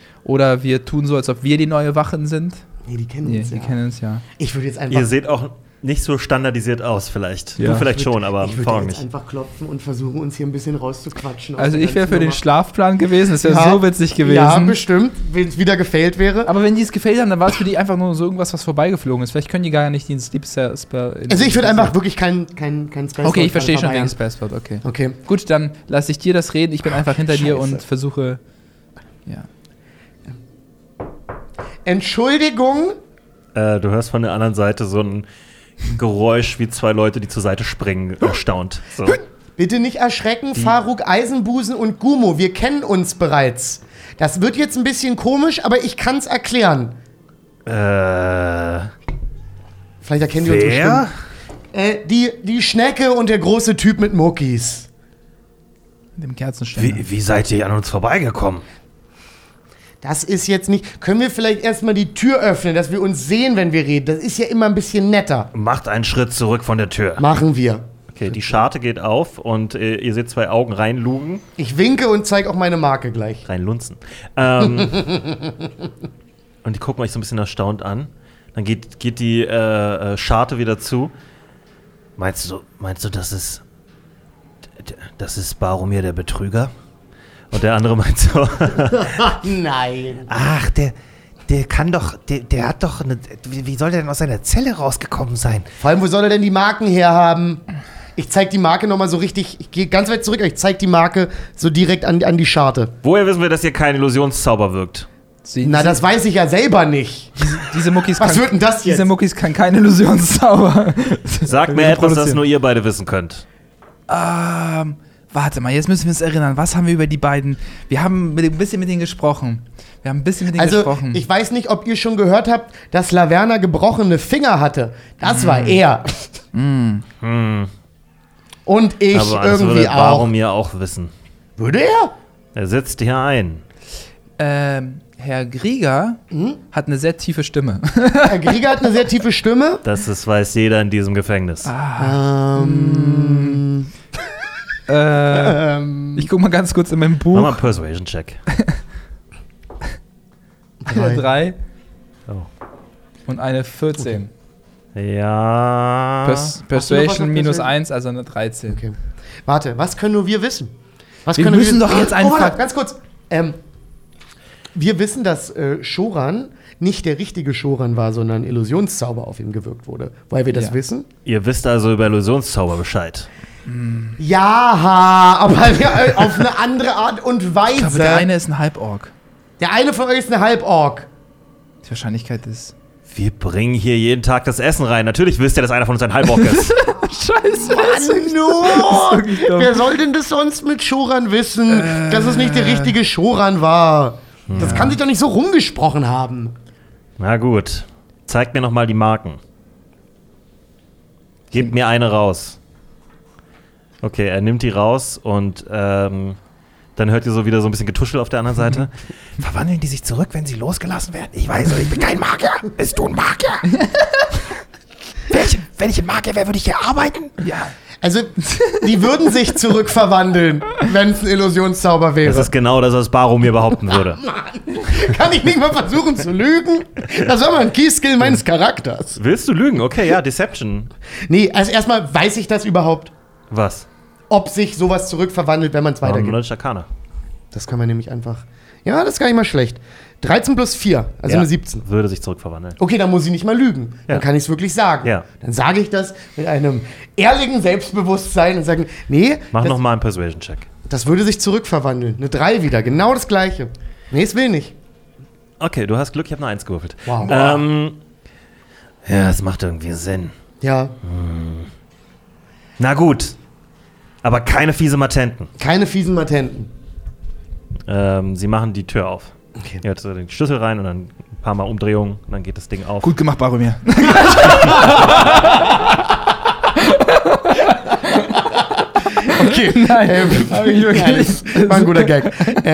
Oder wir tun so, als ob wir die neue Wachen sind. Nee, die kennen Nee, uns die ja. kennen uns ja. Ich würde jetzt einfach. Ihr seht auch nicht so standardisiert aus, vielleicht. Ja. Du vielleicht schon, aber Ich würde Faruk jetzt nicht. einfach klopfen und versuchen, uns hier ein bisschen rauszuquatschen. aus Also der ich wäre ganzen für den Nummer. Schlafplan gewesen, das wäre Ja. so witzig gewesen. Ja, bestimmt, wenn es wieder gefailt wäre. Aber wenn die es gefällt haben, dann war es für die einfach nur so irgendwas, was vorbeigeflogen ist. Vielleicht können die gar nicht den Sleep Spell. Also ich würde einfach wirklich kein Space Okay, ich verstehe schon vorbei den haben. Spellspot, okay. Okay. Gut, dann lasse ich dir das reden. Ich bin einfach hinter dir Scheiße. und versuche. Ja. Entschuldigung. Du hörst von der anderen Seite so ein Geräusch wie zwei Leute, die zur Seite springen, erstaunt. So. Bitte nicht erschrecken, Faruk Eisenbusen und Gumo, wir kennen uns bereits. Das wird jetzt ein bisschen komisch, aber ich kann's erklären. Vielleicht erkennen die uns Wer? bestimmt. Die Schnecke und der große Typ mit Muckis. Dem Kerzenständer. Wie seid ihr an uns vorbeigekommen? Das ist jetzt nicht... Können wir vielleicht erstmal die Tür öffnen, dass wir uns sehen, wenn wir reden? Das ist ja immer ein bisschen netter. Macht einen Schritt zurück von der Tür. Machen wir. Okay, die Scharte geht auf und ihr seht zwei Augen reinlugen. Ich winke und zeige auch meine Marke gleich. Reinlunzen. Und die gucken euch so ein bisschen erstaunt an. Dann geht die Scharte wieder zu. Meinst du, das ist Baromir der Betrüger? Und der andere meint so, Nein. ach, der kann doch, der hat doch wie soll der denn aus seiner Zelle rausgekommen sein? Vor allem, wo soll er denn die Marken herhaben? Ich zeig die Marke nochmal so richtig, ich gehe ganz weit zurück, aber ich zeig die Marke so direkt an die Scharte. Woher wissen wir, dass hier kein Illusionszauber wirkt? Na, das weiß ich ja selber nicht. Diese Muckis Was wird denn das jetzt? Diese Muckis kann keine Illusionszauber. Sagt mir etwas, das nur ihr beide wissen könnt. Warte mal, jetzt müssen wir uns erinnern. Was haben wir über die beiden? Wir haben ein bisschen mit denen gesprochen. Also, ich weiß nicht, ob ihr schon gehört habt, dass Laverna gebrochene Finger hatte. Das war er. Und ich Aber das irgendwie würde auch. Baromir auch wissen. Würde er? Er sitzt hier ein. Herr Grieger hat eine sehr tiefe Stimme. Herr Grieger hat eine sehr tiefe Stimme. Das weiß jeder in diesem Gefängnis. Ich guck mal ganz kurz in mein Mach Buch. mal einen Persuasion-Check. Eine 3 Oh. und eine 14. Ja. Hast du noch was Persuasion auf minus Persuasion? 1, also eine 13. Okay. Warte, was können nur wir wissen? Wir müssen doch jetzt einfach- warte, ganz kurz. Wir wissen, dass Shoran nicht der richtige Shoran war, sondern ein Illusionszauber auf ihm gewirkt wurde. Woher wir das Ja. wissen? Ihr wisst also über Illusionszauber Bescheid. Ja, aber auf eine andere Art und Weise. Ich glaube, der eine ist ein Halborg. Der eine von euch ist eine Halborg. Die Wahrscheinlichkeit ist. Wir bringen hier jeden Tag das Essen rein. Natürlich wisst ihr, dass einer von uns ein Halbbock ist. Scheiße. No! wirklich dumm. Wer soll denn das sonst mit Shoran wissen, dass es nicht der richtige Shoran war? Das kann sich doch nicht so rumgesprochen haben. Na gut. Zeigt mir noch mal die Marken. Gebt mir eine raus. Okay, er nimmt die raus und dann hört ihr so wieder so ein bisschen Getuschel auf der anderen Seite. Verwandeln die sich zurück, wenn sie losgelassen werden? Ich weiß nicht, ich bin kein Magier. Bist du ein Magier? Wenn ich ein Magier wäre, würde ich hier arbeiten? Ja. Also, die würden sich zurückverwandeln, wenn es ein Illusionszauber wäre. Das ist genau das, was Baromir behaupten würde. Kann ich nicht mal versuchen zu lügen? Das war mal ein Key-Skill meines Charakters. Willst du lügen? Okay, ja, Deception. Nee, also erstmal weiß ich das überhaupt, Was? ob sich sowas zurückverwandelt, wenn man es weitergibt. Knowledge Arcana. Das kann man nämlich einfach. Ja, das ist gar nicht mal schlecht. 13 plus 4, also Ja, eine 17. Würde sich zurückverwandeln. Okay, dann muss ich nicht mal lügen. Dann Ja. kann ich es wirklich sagen. Ja. Dann sage ich das mit einem ehrlichen Selbstbewusstsein und sagen, nee, Mach das, noch mal einen Persuasion-Check. das würde sich zurückverwandeln. Eine 3 wieder, genau das gleiche. Nee, es will nicht. Okay, du hast Glück, ich habe eine 1 gewürfelt. Wow. Ja, es macht irgendwie Sinn. Ja, Na gut. Aber keine fiese Matenten. keine fiesen Matenten. Sie machen die Tür auf. Okay. Ihr hört so den Schlüssel rein und dann ein paar Mal Umdrehungen und dann geht das Ding auf. Gut gemacht, Baromir. Okay, hab ich wirklich. war ein guter Gag.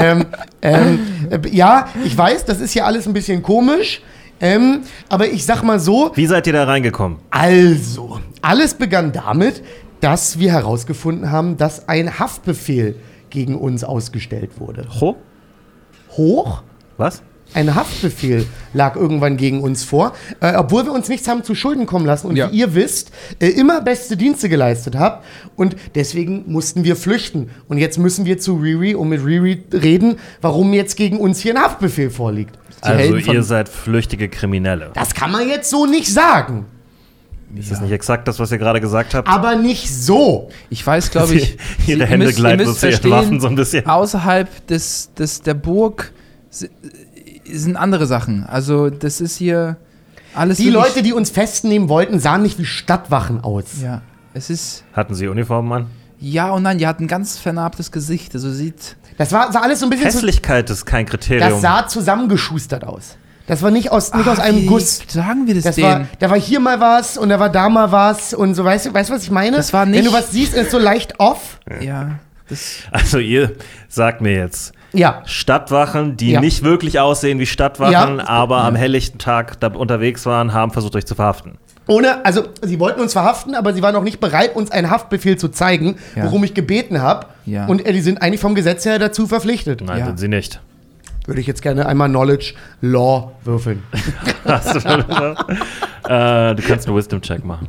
Ja, ich weiß, das ist hier alles ein bisschen komisch, aber ich sag mal so, Wie seid ihr da reingekommen? also, alles begann damit, dass wir herausgefunden haben, dass ein Haftbefehl gegen uns ausgestellt wurde. Ho? Hoch? Was? Ein Haftbefehl lag irgendwann gegen uns vor, obwohl wir uns nichts haben zu Schulden kommen lassen und wie ihr wisst, immer beste Dienste geleistet habt und deswegen mussten wir flüchten. Und jetzt müssen wir zu Riri und mit Riri reden, warum jetzt gegen uns hier ein Haftbefehl vorliegt. Also ihr seid flüchtige Kriminelle. Das kann man jetzt so nicht sagen. Ist das nicht exakt das, was ihr gerade gesagt habt? Aber nicht so. Ich weiß, glaube ich, Ihre Hände gleiten so zu ihren Waffen so ein bisschen. Außerhalb der Burg sind andere Sachen. Also das ist hier alles. Die Leute, die uns festnehmen wollten, sahen nicht wie Stadtwachen aus. Ja, es ist. Hatten sie Uniformen an? Ja und nein, die hatten ein ganz vernarbtes Gesicht. Also sah alles so ein bisschen. Hässlichkeit ist kein Kriterium. Das sah zusammengeschustert aus. Das war nicht aus einem Guss. Sagen wir das denen? Da war hier mal was und da war da mal was und so, weißt du, was ich meine? Das war nicht. Wenn du was siehst, ist so leicht off. Ja. Also ihr sagt mir jetzt, ja. Stadtwachen, die nicht wirklich aussehen wie Stadtwachen, aber am helllichten Tag da unterwegs waren, haben versucht, euch zu verhaften. Also sie wollten uns verhaften, aber sie waren noch nicht bereit, uns einen Haftbefehl zu zeigen, worum ich gebeten habe. Ja. Und die sind eigentlich vom Gesetz her dazu verpflichtet. Nein, sind sie nicht. Würde ich jetzt gerne einmal Knowledge Law würfeln. Hast du kannst einen Wisdom-Check machen.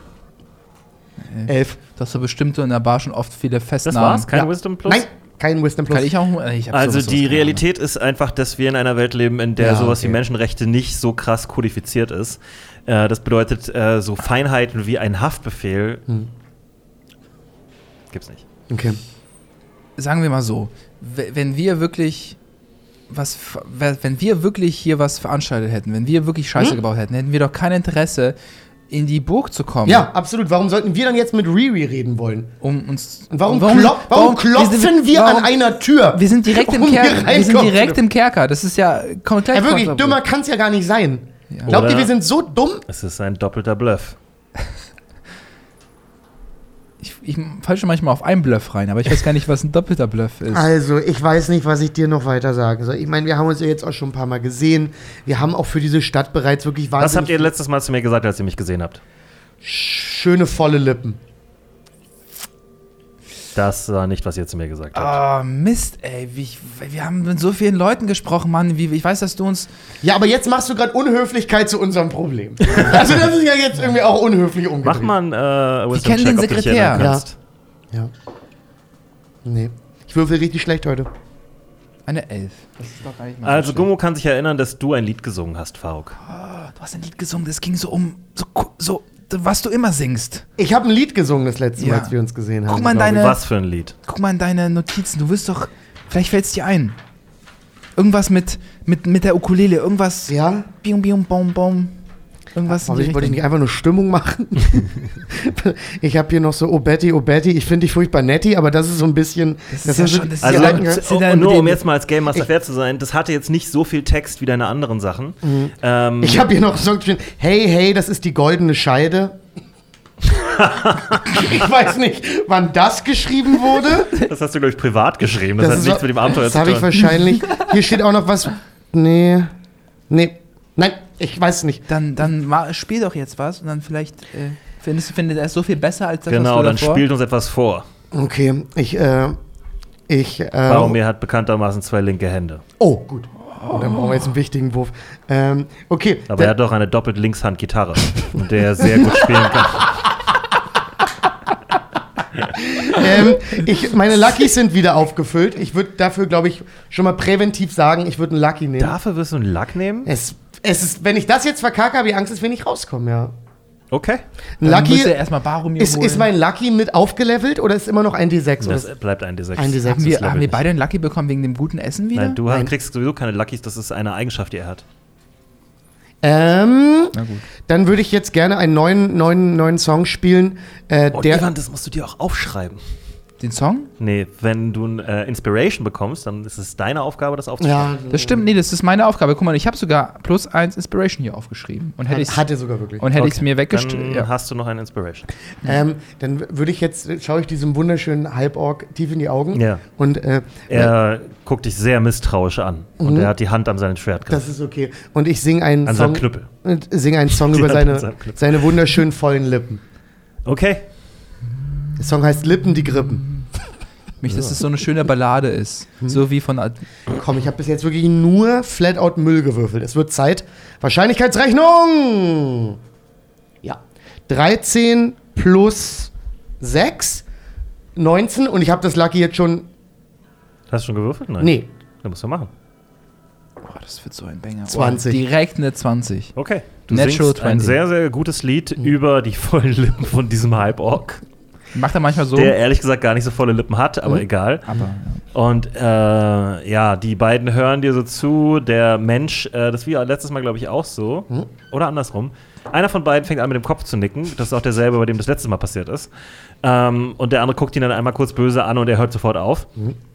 11. Du hast doch bestimmt so in der Bar schon oft viele Festnahmen. Das war's? Kein Wisdom Plus? Nein, kein Wisdom Plus. Kann ich auch? Also die Realität ist einfach, dass wir in einer Welt leben, in der sowas wie Menschenrechte nicht so krass kodifiziert ist. Das bedeutet, so Feinheiten wie ein Haftbefehl gibt's nicht. Okay. Sagen wir mal so, wenn wir wirklich hier was veranstaltet hätten, wenn wir wirklich Scheiße gebaut hätten, hätten wir doch kein Interesse, in die Burg zu kommen. Ja, absolut. Warum sollten wir dann jetzt mit Riri reden wollen? Und warum klopfen wir an einer Tür? Wir sind direkt im Kerker. Wir sind direkt im Kerker. Das ist ja komplett. Ja, wirklich, dümmer kann es ja gar nicht sein. Ja. Glaubt ihr, wir sind so dumm? Es ist ein doppelter Bluff. Ich falle schon manchmal auf einen Bluff rein, aber ich weiß gar nicht, was ein doppelter Bluff ist. Also, ich weiß nicht, was ich dir noch weiter sagen soll. Ich meine, wir haben uns ja jetzt auch schon ein paar Mal gesehen. Wir haben auch für diese Stadt bereits wirklich wahnsinnig... Was habt ihr letztes Mal zu mir gesagt, als ihr mich gesehen habt? Schöne, volle Lippen. Das war nicht, was ihr zu mir gesagt habt. Oh, Mist, ey. Wir haben mit so vielen Leuten gesprochen, Mann. Ich weiß, dass du uns... Ja, aber jetzt machst du gerade Unhöflichkeit zu unserem Problem. Also das ist ja jetzt irgendwie auch unhöflich umgedreht. Mach mal einen Ich kenne den Sekretär. Ja. Nee. Ich würfel richtig schlecht heute. Eine 11. Das ist doch gar nicht mal also Gummo kann sich erinnern, dass du ein Lied gesungen hast, Faruk. Oh, du hast ein Lied gesungen, das ging so um... So was du immer singst. Ich habe ein Lied gesungen das letzte Mal, als wir uns gesehen haben. Guck mal in was für ein Lied? Guck mal in deine Notizen. Du wirst doch... Vielleicht fällt es dir ein. Irgendwas mit der Ukulele. Irgendwas... Ja? Bium, bium, bom, bom. Irgendwas aber wollte ich nicht einfach nur Stimmung machen? Ich habe hier noch so Oh Betty, ich finde dich furchtbar netti, aber das ist so ein bisschen... Nur um jetzt mal als Game Master fair zu sein, das hatte jetzt nicht so viel Text wie deine anderen Sachen. Ich habe hier noch so geschrieben, hey, das ist die goldene Scheide. Ich weiß nicht, wann das geschrieben wurde. Das hast du, glaube ich, privat geschrieben. Das hat nichts mit dem Abenteuer zu tun. Das habe ich wahrscheinlich... Hier steht auch noch was... Nee. Nein, ich weiß es nicht. Dann spiel doch jetzt was und dann vielleicht findet er es so viel besser als das, genau, was du dann spielt uns etwas vor. Okay, Baromir hat bekanntermaßen 2 linke Hände. Oh, gut. Und dann brauchen wir jetzt einen wichtigen Wurf. Okay. Aber er hat doch eine doppelt Linkshand-Gitarre, mit der er sehr gut spielen kann. Meine Luckys sind wieder aufgefüllt. Ich würde dafür, glaube ich, schon mal präventiv sagen, ich würde einen Lucky nehmen. Dafür wirst du einen Luck nehmen? Es ist, wenn ich das jetzt verkacke, habe ich Angst, dass wir nicht rauskommen, ja. Okay. Ein Lucky erstmal Baromir ist mein Lucky mit aufgelevelt oder ist immer noch ein D6? Das bleibt ein D6. Ein D6. Haben wir beide einen Lucky bekommen wegen dem guten Essen wieder? Nein, du kriegst sowieso keine Luckys, das ist eine Eigenschaft, die er hat. Na gut. Dann würde ich jetzt gerne einen neuen Song spielen. Ivan, das musst du dir auch aufschreiben. Den Song? Nee, wenn du Inspiration bekommst, dann ist es deine Aufgabe, das aufzuschreiben. Ja, das stimmt. Nee, das ist meine Aufgabe. Guck mal, ich habe sogar +1 Inspiration hier aufgeschrieben. Und hätte ich hatte sogar wirklich. Und hätte ich es mir weggestellt. Dann hast du noch eine Inspiration. Dann würde ich jetzt, schaue ich diesem wunderschönen Halborg tief in die Augen. Ja. Und er guckt dich sehr misstrauisch an. Und er hat die Hand an seinem Schwert. Das ist okay. Und ich singe einen Song. An seinem Knüppel. Und singe einen Song über seine wunderschönen vollen Lippen. Okay. Der Song heißt Lippen, die Grippen. Dass es so eine schöne Ballade ist. So wie von. Komm, ich habe bis jetzt wirklich nur Flatout Müll gewürfelt. Es wird Zeit. Wahrscheinlichkeitsrechnung! Ja. 13 plus 6, 19. Und ich habe das Lucky jetzt schon. Hast du schon gewürfelt? Nein. Nee, Dann musst du machen. Oh, das wird so ein Banger. 20. Oh, direkt eine 20. Okay. Du Natural singst ein 20. sehr, sehr gutes Lied über die vollen Lippen von diesem Hype-Orc, Macht er manchmal so. der ehrlich gesagt gar nicht so volle Lippen hat, aber egal. Aber, Und die beiden hören dir so zu. Der Mensch, das war letztes Mal, glaube ich, auch so. Oder andersrum. Einer von beiden fängt an, mit dem Kopf zu nicken. Das ist auch derselbe, bei dem das letzte Mal passiert ist. Und der andere guckt ihn dann einmal kurz böse an und er hört sofort auf.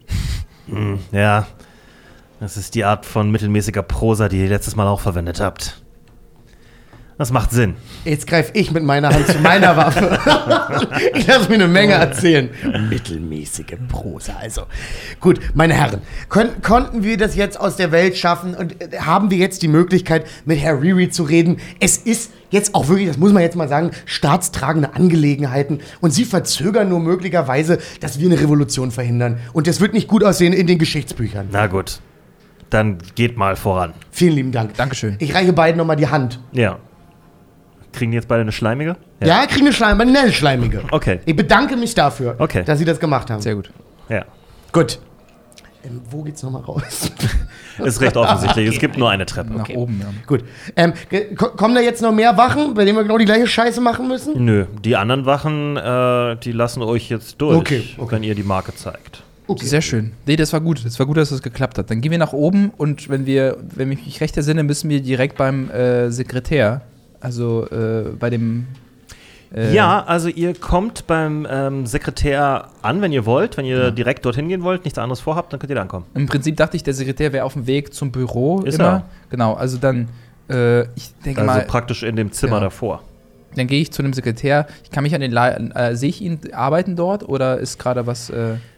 Ja, das ist die Art von mittelmäßiger Prosa, die ihr letztes Mal auch verwendet habt. Das macht Sinn. jetzt greife ich mit meiner Hand zu meiner Waffe. Ich lasse mir eine Menge erzählen. Mittelmäßige Prosa, also. Gut, meine Herren, konnten wir das jetzt aus der Welt schaffen und haben wir jetzt die Möglichkeit, mit Herr Riri zu reden? Es ist jetzt auch wirklich, das muss man jetzt mal sagen, staatstragende Angelegenheiten und sie verzögern nur möglicherweise, dass wir eine Revolution verhindern. Und das wird nicht gut aussehen in den Geschichtsbüchern. Na gut, dann geht mal voran. Vielen lieben Dank. Dankeschön. Ich reiche beiden nochmal die Hand. Ja. Kriegen die jetzt beide eine schleimige? Ja, kriegen eine schleimige. Okay. Ich bedanke mich dafür, Okay. dass Sie das gemacht haben. Sehr gut. Ja. Gut. Wo geht's nochmal raus? Ist recht offensichtlich. Es gibt nur eine Treppe. Nach oben, ja. Gut. Kommen da jetzt noch mehr Wachen, bei denen wir genau die gleiche Scheiße machen müssen? Nö, die anderen Wachen, die lassen euch jetzt durch, Okay. wenn ihr die Marke zeigt. Okay. Sehr schön. Nee, das war gut. Das war gut, dass das geklappt hat. Dann gehen wir nach oben und wenn ich mich recht entsinne, müssen wir direkt beim Sekretär, also bei dem. Ja, also ihr kommt beim Sekretär an, wenn ihr wollt. Wenn ihr direkt dorthin gehen wollt, nichts anderes vorhabt, dann könnt ihr da ankommen. Im Prinzip dachte ich, der Sekretär wäre auf dem Weg zum Büro. Ist immer. er. Genau, also dann, ich denke Also mal, praktisch in dem Zimmer Ja. davor. dann gehe ich zu dem Sekretär. Ich kann mich an den sehe ich ihn arbeiten dort oder ist gerade was?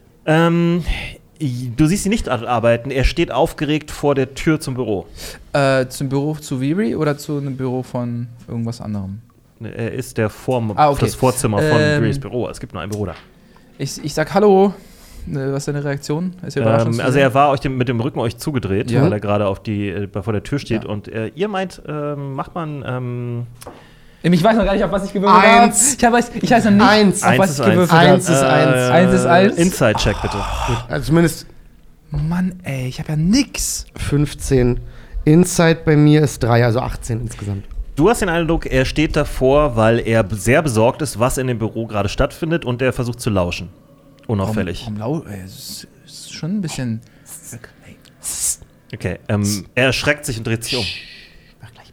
Du siehst ihn nicht arbeiten. Er steht aufgeregt vor der Tür zum Büro. Zum Büro zu Viri oder zu einem Büro von irgendwas anderem? Er ist der okay. das Vorzimmer von Viris Büro. Es gibt nur ein Büro da. Ich sag Hallo. Was ist deine Reaktion? Ist er überrascht, uns zu Also sehen? er war mit dem Rücken euch zugedreht, Ja. weil er gerade vor der Tür steht. Ja. Und ihr meint, macht man Ich weiß noch gar nicht, auf was ich gewürfelt Eins. habe. Ich weiß noch nicht, Eins. auf Eins was ist ich eins. gewürfelt habe. Eins ist eins. Eins ist eins. Inside-Check bitte. Also zumindest Mann, ey, ich habe ja nix. 15. Inside bei mir ist 3, also 18 insgesamt. Du hast den Eindruck, er steht davor, weil er sehr besorgt ist, was in dem Büro gerade stattfindet und er versucht zu lauschen. Unauffällig. Es ist schon ein bisschen. Ey. Okay, er erschreckt sich und dreht sich um. Mach gleich.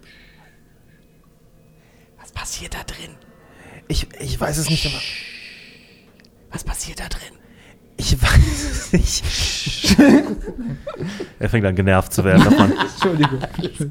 Was passiert da drin? Ich weiß es nicht, aber Was passiert da drin? ich weiß es nicht. Er fängt an genervt zu werden davon. Entschuldigung.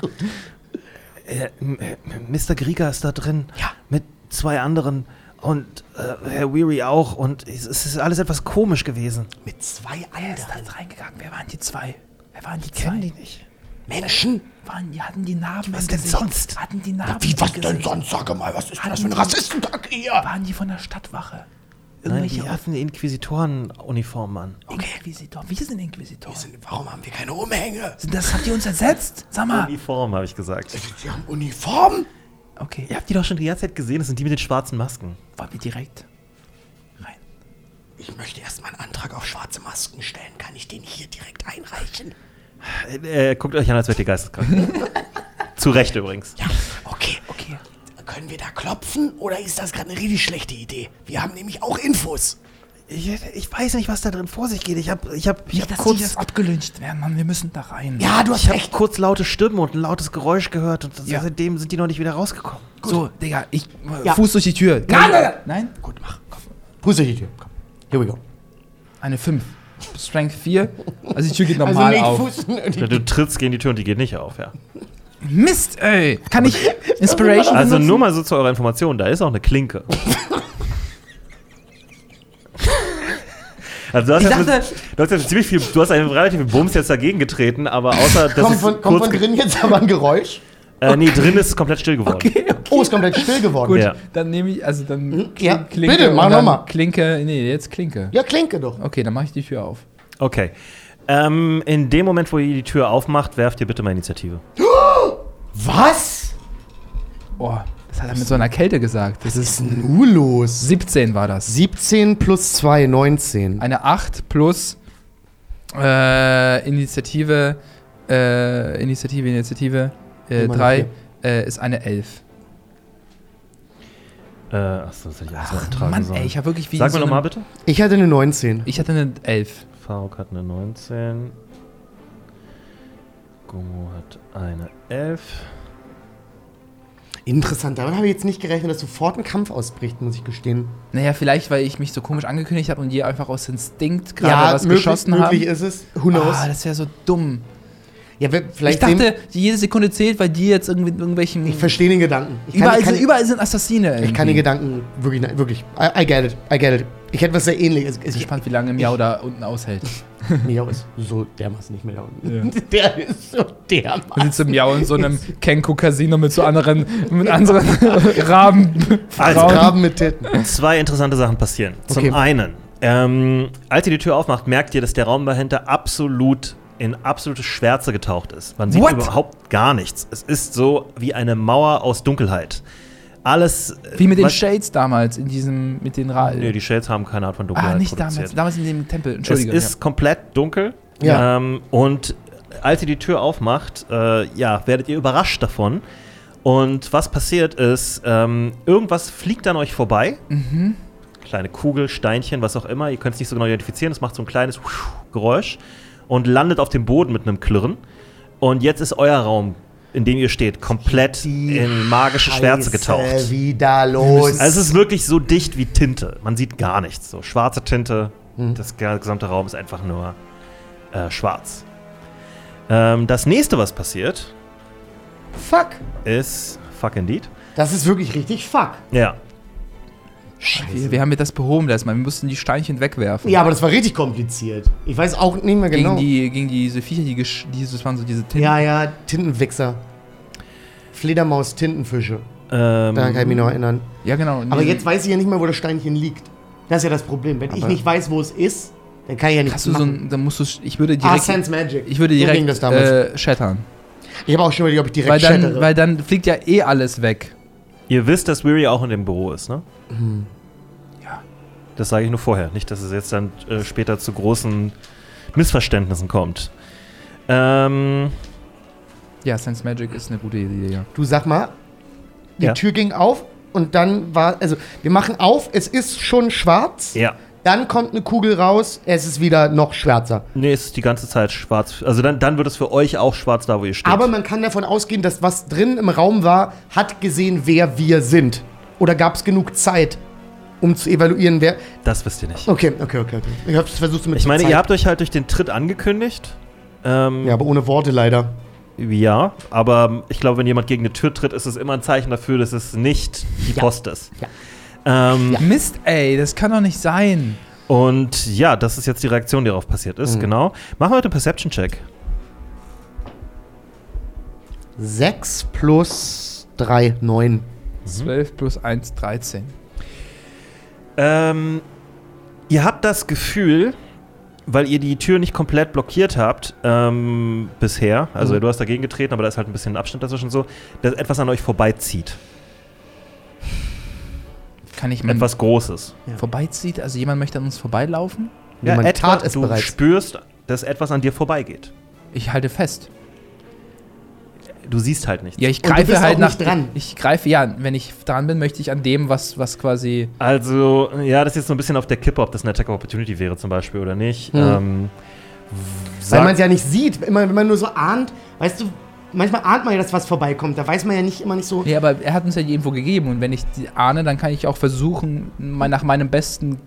Mr. Grieger ist da drin. Ja. Mit 2 anderen. Und Herr Weary auch. Und es ist alles etwas komisch gewesen. Mit 2 Wer ist anderen da reingegangen? Wer waren die zwei? Wer waren die Kennen zwei? die nicht. Menschen. Hatten die Narben Was im denn Gesicht? sonst? Hatten die Narben Wie, im was denn Gesicht? sonst? Sag mal, was ist das für ein Rassistentag hier? Waren die von der Stadtwache? Nein, die Irgendwelche hatten Inquisitoren-Uniformen an. Inquisitor. Wir sind Inquisitor. Warum haben wir keine Umhänge? Habt ihr uns ersetzt? Sag mal. Uniform, habe ich gesagt. Sie haben Uniform? Okay, Ihr habt die doch schon die ganze Zeit gesehen. Das sind die mit den schwarzen Masken. wollen wir direkt rein. Ich möchte erstmal einen Antrag auf schwarze Masken stellen. Kann ich den hier direkt einreichen? Guckt euch an, als wärt ihr geisteskrank. Zu Recht übrigens. Ja, okay. Können wir da klopfen oder ist das gerade eine richtig schlechte Idee? Wir haben nämlich auch Infos. Ich weiß nicht, was da drin vor sich geht. Ich hab Nicht, dass die kurz, jetzt abgelyncht werden, Mann. Wir müssen da rein. Ja, du hast ich hab recht. kurz laute Stimmen und ein lautes Geräusch gehört. Und Ja. seitdem sind die noch nicht wieder rausgekommen. So, Digga, Ja. Fuß durch die Tür. Nein? Gut, mach. Komm. Fuß durch die Tür. Komm. Here we go. Eine 5. Strength 4. Also die Tür geht normal auf. Fuß. Du trittst gegen die Tür und die geht nicht auf, ja. Mist, ey. Kann ich Inspiration Also benutzen? nur mal so zu eurer Information, da ist auch eine Klinke. Also du hast einen relativ viel Bums jetzt dagegen getreten, aber außer dass Kommt von drin jetzt aber ein Geräusch? Nee, drin ist es komplett still geworden. Okay. Oh, ist komplett still geworden. Gut, Ja. dann nehme ich, also dann Ja, Klinke. bitte, mach und dann nochmal. Klinke, nee, jetzt Klinke. Ja, Klinke doch. Okay, dann mache ich die Tür auf. Okay. In dem Moment, wo ihr die Tür aufmacht, werft ihr bitte mal Initiative. Was? Oh, das hat er mit so einer Kälte gesagt. Das Was ist ist denn nun los? 17 war das. 17 plus 2, 19. Eine 8 plus Initiative, Immer 3 ist eine 11. Achso, das hätte ich alles mal Ach eintragen Mann, sollen. ey, ich habe wirklich wie Sag so mir nochmal einem- bitte. Ich hatte eine 19. Ich hatte eine 11. Faruk hat eine 19. Gummo hat eine 11. Interessant, damit habe ich jetzt nicht gerechnet, dass sofort ein Kampf ausbricht, muss ich gestehen. Naja, vielleicht, weil ich mich so komisch angekündigt habe und die einfach aus Instinkt gerade was geschossen möglich haben. ist es. Who knows? Ah, das wäre so dumm. Ja, vielleicht Ich dachte, jede Sekunde zählt, weil die jetzt irgendwie in irgendwelchen. ich verstehe den Gedanken. Überall sind Assassine. Ich kann den Gedanken wirklich. I get it. Ich hätte was sehr Ähnliches. Ich bin gespannt, wie lange Miau da unten aushält. Miau ist so dermaßen nicht mehr da unten. Der ist so dermaßen. Man sitzt im Miau in so einem Kenko-Casino mit anderen Raben. Also, Graben mit Titten. 2 interessante Sachen passieren. Zum Okay. einen, als ihr die Tür aufmacht, merkt ihr, dass der Raum dahinter in absolute Schwärze getaucht ist. Man sieht What? überhaupt gar nichts. Es ist so wie eine Mauer aus Dunkelheit. Alles. Wie mit den Shades damals, in diesem, mit den Nee, die Shades haben keine Art von Dunkelheit nicht produziert. damals. Damals in dem Tempel. Es Entschuldige. ist komplett dunkel. Ja. Und als ihr die Tür aufmacht, werdet ihr überrascht davon. Und was passiert ist, irgendwas fliegt an euch vorbei. Mhm. Kleine Kugel, Steinchen, was auch immer. Ihr könnt es nicht so genau identifizieren. Es macht so ein kleines Geräusch und landet auf dem Boden mit einem Klirren. Und jetzt ist euer Raum, in dem ihr steht, komplett in magische Schwärze getaucht. Wieder los. Also es ist wirklich so dicht wie Tinte. Man sieht gar nichts. So schwarze Tinte. Das gesamte Raum ist einfach nur schwarz. Das nächste, was passiert, Fuck. ist fuck indeed. Das ist wirklich richtig fuck. Ja. Scheiße. Wir haben das behoben letztes Mal. Wir mussten die Steinchen wegwerfen. Ja, aber das war richtig kompliziert. Ich weiß auch nicht mehr genau. Gegen diese Viecher, das waren so diese Tinten. Ja, Tintenwichser. Fledermaus-Tintenfische. Daran kann ich mich noch erinnern. Ja, genau. Aber jetzt weiß ich ja nicht mehr, wo das Steinchen liegt. Das ist ja das Problem. Wenn ich nicht weiß, wo es ist, dann kann ich ja nichts hast du so machen. ein, dann musst du, ich würde direkt Sense Magic. Ich würde So ging direkt das damals. shattern. Ich habe auch schon überlegt, ob ich direkt shattere. Weil dann fliegt ja eh alles weg. Ihr wisst, dass Weary auch in dem Büro ist, ne? Ja. Das sage ich nur vorher. Nicht, dass es jetzt dann später zu großen Missverständnissen kommt. Ja, Sense Magic ist eine gute Idee, ja. Du sag mal, die Ja. Tür ging auf und dann war, also wir machen auf, es ist schon schwarz, Ja. dann kommt eine Kugel raus, es ist wieder noch schwärzer. Nee, es ist die ganze Zeit schwarz. Also dann wird es für euch auch schwarz da, wo ihr steht. Aber man kann davon ausgehen, dass was drin im Raum war, hat gesehen, wer wir sind. Oder gab es genug Zeit, um zu evaluieren, wer. das wisst ihr nicht. Okay. Ich hab's versucht mit Ich meine, Zeit. ihr habt euch halt durch den Tritt angekündigt. Ja, aber ohne Worte leider. Ja, aber ich glaube, wenn jemand gegen eine Tür tritt, ist es immer ein Zeichen dafür, dass es nicht die Ja. Post ist. Ja. Mist, ey, das kann doch nicht sein. Und ja, das ist jetzt die Reaktion, die darauf passiert ist, genau. Machen wir heute einen Perception-Check. 6 plus 3, 9. 12 plus 1, 13. Ihr habt das Gefühl, weil ihr die Tür nicht komplett blockiert habt bisher, also du hast dagegen getreten, aber da ist halt ein bisschen Abstand dazwischen so, dass etwas an euch vorbeizieht. Kann ich Etwas Großes. vorbeizieht? Also jemand möchte an uns vorbeilaufen? Jemand tat es du bereits. spürst, dass etwas an dir vorbeigeht. Ich halte fest. Du siehst halt nichts. Ja, ich Und du greife bist halt auch nach. nicht dran. Ich greife, ja, wenn ich dran bin, möchte ich an dem, was quasi. Also, ja, das ist jetzt so ein bisschen auf der Kippe, ob das eine Attack of Opportunity wäre zum Beispiel oder nicht. Weil man es ja nicht sieht. Immer, wenn man nur so ahnt, weißt du, manchmal ahnt man ja, dass was vorbeikommt. Da weiß man ja nicht immer nicht so. Nee, aber er hat uns ja die Info gegeben und wenn ich die ahne, dann kann ich auch versuchen, nach meinem besten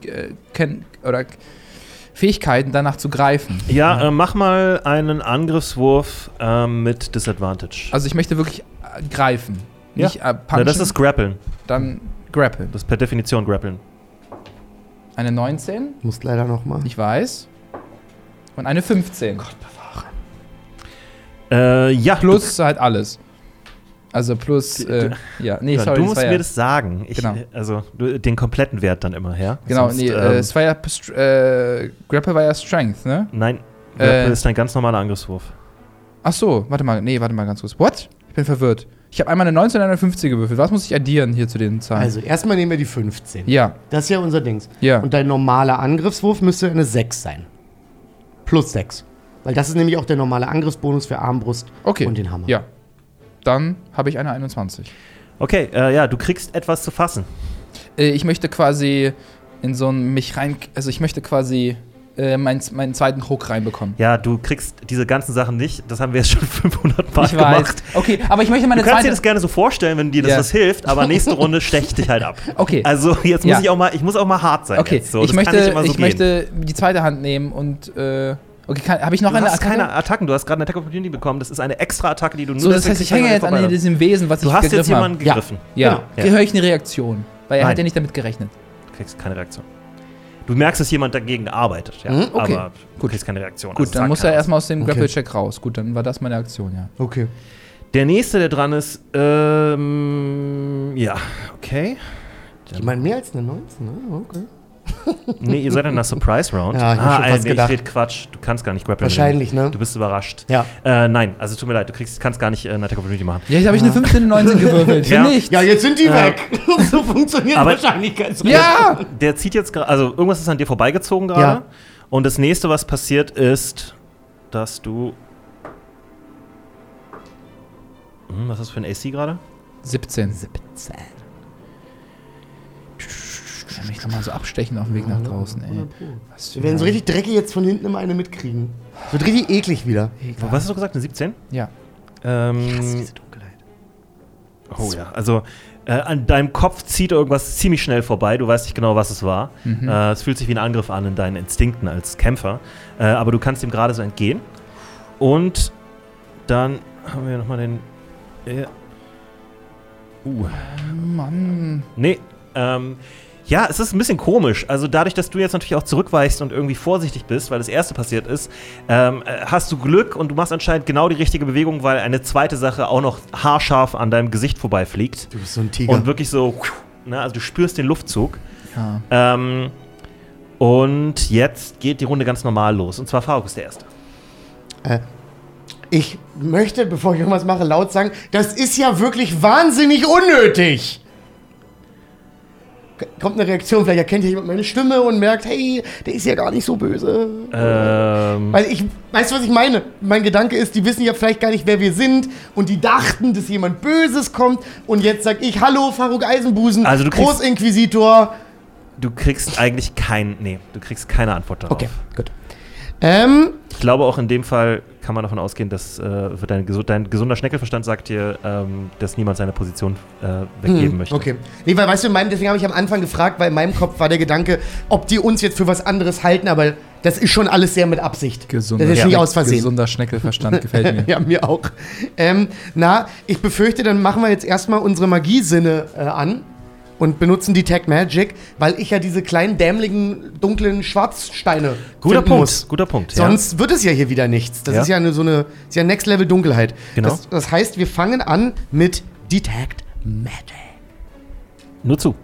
Fähigkeiten danach zu greifen. Ja, mach mal einen Angriffswurf mit Disadvantage. Also ich möchte wirklich greifen. Ja. Nicht punchen, Na, das ist Grappeln. dann grappeln. Das ist per Definition Grappeln. Eine 19, Muss leider noch mal. ich weiß. Und eine 15. Ja, Plus halt alles. Also plus, ja, nee, Ja, sorry. du das musst war mir ja, das sagen. Genau. Also den kompletten Wert dann immer, ja? Genau, Sonst, nee, es war ja, Grapple war ja Strength, ne? Nein, Grapple ist ein ganz normaler Angriffswurf. Ach so, warte mal ganz kurz. What? Ich bin verwirrt. Ich habe einmal eine 19 und eine 50 gewürfelt. Was muss ich addieren hier zu den Zahlen? Also, erstmal nehmen wir die 15. Ja, Das ist ja unser Dings. ja. Und dein normaler Angriffswurf müsste eine 6 sein. Plus 6. Weil das ist nämlich auch der normale Angriffsbonus für Armbrust Okay. und den Hammer. Ja. Dann habe ich eine 21. Okay, ja, du kriegst etwas zu fassen. Ich möchte quasi in so ein mich rein. Also, ich möchte quasi meinen zweiten Hook reinbekommen. Ja, du kriegst diese ganzen Sachen nicht. Das haben wir jetzt schon 500 Mal Ich weiß. gemacht. Okay, aber ich möchte meine Du kannst dir zweite. das gerne so vorstellen, wenn dir das Ja. was hilft, aber nächste Runde stecht dich halt ab. Okay. Also jetzt Ja. muss auch mal hart sein. Okay, jetzt. So, ich das kann nicht immer so möchte die zweite Hand nehmen und. Okay, habe ich noch Du eine hast Attacke? keine Attacken, du hast gerade eine Attack Opportunity bekommen. Das ist eine extra Attacke, die du nur So, das deswegen heißt, ich kriegst, hänge wenn jetzt du an vorbei diesem Wesen, was bist. Du ich hast jetzt gegriffen habe. jemanden gegriffen. Ja, Genau. höre ich eine Reaktion. Weil er Nein. hat ja nicht damit gerechnet. Du kriegst keine Reaktion. Du merkst, dass jemand dagegen arbeitet, ja. Okay. Aber du kriegst keine Reaktion. Gut, Also dann sagt muss er keiner erstmal aus dem Okay. Grapple-Check raus. Gut, dann war das meine Aktion, ja. Okay. was. Der nächste, der dran ist, ja, okay. Ich meine, mehr als eine 19, ne? Okay. Nee, ihr seid in einer Surprise Round. Ja, ich hab schon fast nee, gedacht. ich red Quatsch. Du kannst gar nicht grappeln. Wahrscheinlich, ne? Du bist überrascht. Ja. Nein, also tut mir leid, du kannst gar nicht eine Attack Opportunity machen. Ja, jetzt habe ich eine 15 und 19 gewürfelt. Für Ja. nichts. Ja, jetzt sind die Ja. weg. So funktioniert Aber- Wahrscheinlichkeitsrechnung. Ja! Der zieht jetzt gerade, also irgendwas ist an dir vorbeigezogen gerade. Ja. Und das nächste, was passiert, ist, dass du. Was ist das für ein AC gerade? 17. 17. Ich kann mich nochmal so abstechen auf dem Weg nach draußen, ey. Was Wir werden so richtig dreckig jetzt von hinten immer eine mitkriegen. So richtig eklig wieder. Was hast du gesagt? Eine 17? Ja. Ich hasse diese Dunkelheit. Oh ja, also an deinem Kopf zieht irgendwas ziemlich schnell vorbei. Du weißt nicht genau, was es war. Es fühlt sich wie ein Angriff an in deinen Instinkten als Kämpfer. Aber du kannst ihm gerade so entgehen. Und dann haben wir nochmal den. Mann. Nee, ja, es ist ein bisschen komisch. Also dadurch, dass du jetzt natürlich auch zurückweichst und irgendwie vorsichtig bist, weil das erste passiert ist, hast du Glück und du machst anscheinend genau die richtige Bewegung, weil eine zweite Sache auch noch haarscharf an deinem Gesicht vorbeifliegt. Du bist so ein Tiger. Und wirklich so, ne, also du spürst den Luftzug. Ja. Und jetzt geht die Runde ganz normal los. Und zwar Faruk ist der Erste. Ich möchte, bevor ich irgendwas mache, laut sagen, das ist ja wirklich wahnsinnig unnötig. Kommt eine Reaktion, vielleicht erkennt ja jemand meine Stimme und merkt, hey, der ist ja gar nicht so böse. Weil weißt du, was ich meine? Mein Gedanke ist, die wissen ja vielleicht gar nicht, wer wir sind und die dachten, dass jemand Böses kommt und jetzt sag ich, hallo, Faruk Eisenbusen, Also du kriegst- Großinquisitor. Du kriegst eigentlich du kriegst keine Antwort darauf. Okay, gut. Ich glaube, auch in dem Fall kann man davon ausgehen, dass dein gesunder Schneckelverstand sagt dir, dass niemand seine Position weggeben möchte. Okay. Nee, weil weißt du, deswegen habe ich am Anfang gefragt, weil in meinem Kopf war der Gedanke, ob die uns jetzt für was anderes halten, aber das ist schon alles sehr mit Absicht. Gesunder, Das ist nicht aus Versehen. Gesunder Schneckelverstand gefällt mir. Ja, mir auch. Ich befürchte, dann machen wir jetzt erstmal unsere Magiesinne an und benutzen Detect Magic, weil ich ja diese kleinen, dämlichen, dunklen Schwarzsteine finden muss. Guter Punkt. Sonst wird es ja hier wieder nichts. Das Ja. ist ja ist ja Next-Level-Dunkelheit. Genau. Das heißt, wir fangen an mit Detect Magic. Nur zu.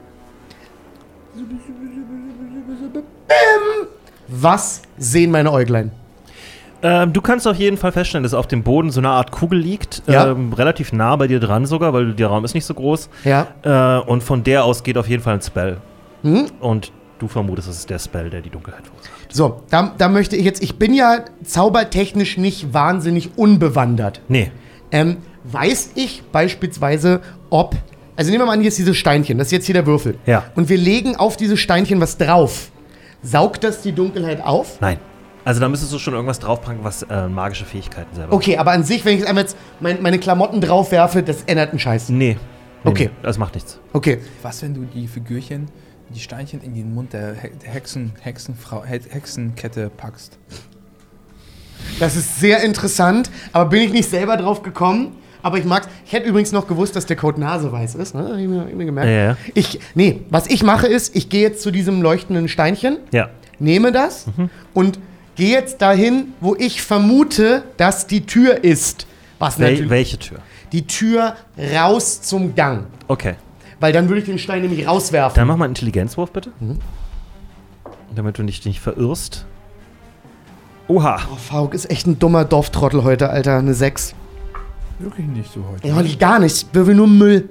Was sehen meine Äuglein? Du kannst auf jeden Fall feststellen, dass auf dem Boden so eine Art Kugel liegt. Ja. Relativ nah bei dir dran sogar, weil der Raum ist nicht so groß. Ja. Und von der aus geht auf jeden Fall ein Spell. Hm? Und du vermutest, das ist der Spell, der die Dunkelheit verursacht. So, da möchte ich jetzt, ich bin ja zaubertechnisch nicht wahnsinnig unbewandert. Nee. Weiß ich beispielsweise, ob, also nehmen wir mal an, hier ist dieses Steinchen, das ist jetzt hier der Würfel. Ja. Und wir legen auf dieses Steinchen was drauf. Saugt das die Dunkelheit auf? Nein. Also da müsstest du schon irgendwas draufpacken, was magische Fähigkeiten selber. Okay, aber an sich, wenn ich jetzt einmal jetzt meine Klamotten drauf werfe, das ändert einen Scheiß. Nee. Okay. Nee, das macht nichts. Okay. Was, wenn du die Figürchen, die Steinchen in den Mund der Hexenkette packst? Das ist sehr interessant, aber bin ich nicht selber drauf gekommen. Aber ich mag's. Ich hätte übrigens noch gewusst, dass der Code naseweiß ist. Ne? Hab ich mir gemerkt. Ja. Was ich mache ist, ich gehe jetzt zu diesem leuchtenden Steinchen, Ja. nehme das und gehe jetzt dahin, wo ich vermute, dass die Tür ist. Was natürlich Welche Tür? die Tür raus zum Gang. Okay. Weil dann würde ich den Stein nämlich rauswerfen. Dann mach mal einen Intelligenzwurf, bitte. Damit du dich nicht verirrst. Oha. Oh, Fauk ist echt ein dummer Dorftrottel heute, Alter. Eine 6. Wirklich nicht so heute. Ja, gar nicht. Würfel nur Müll.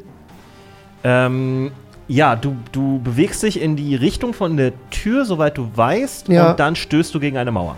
Ja, du bewegst dich in die Richtung von der Tür, soweit du weißt, Ja. und dann stößt du gegen eine Mauer.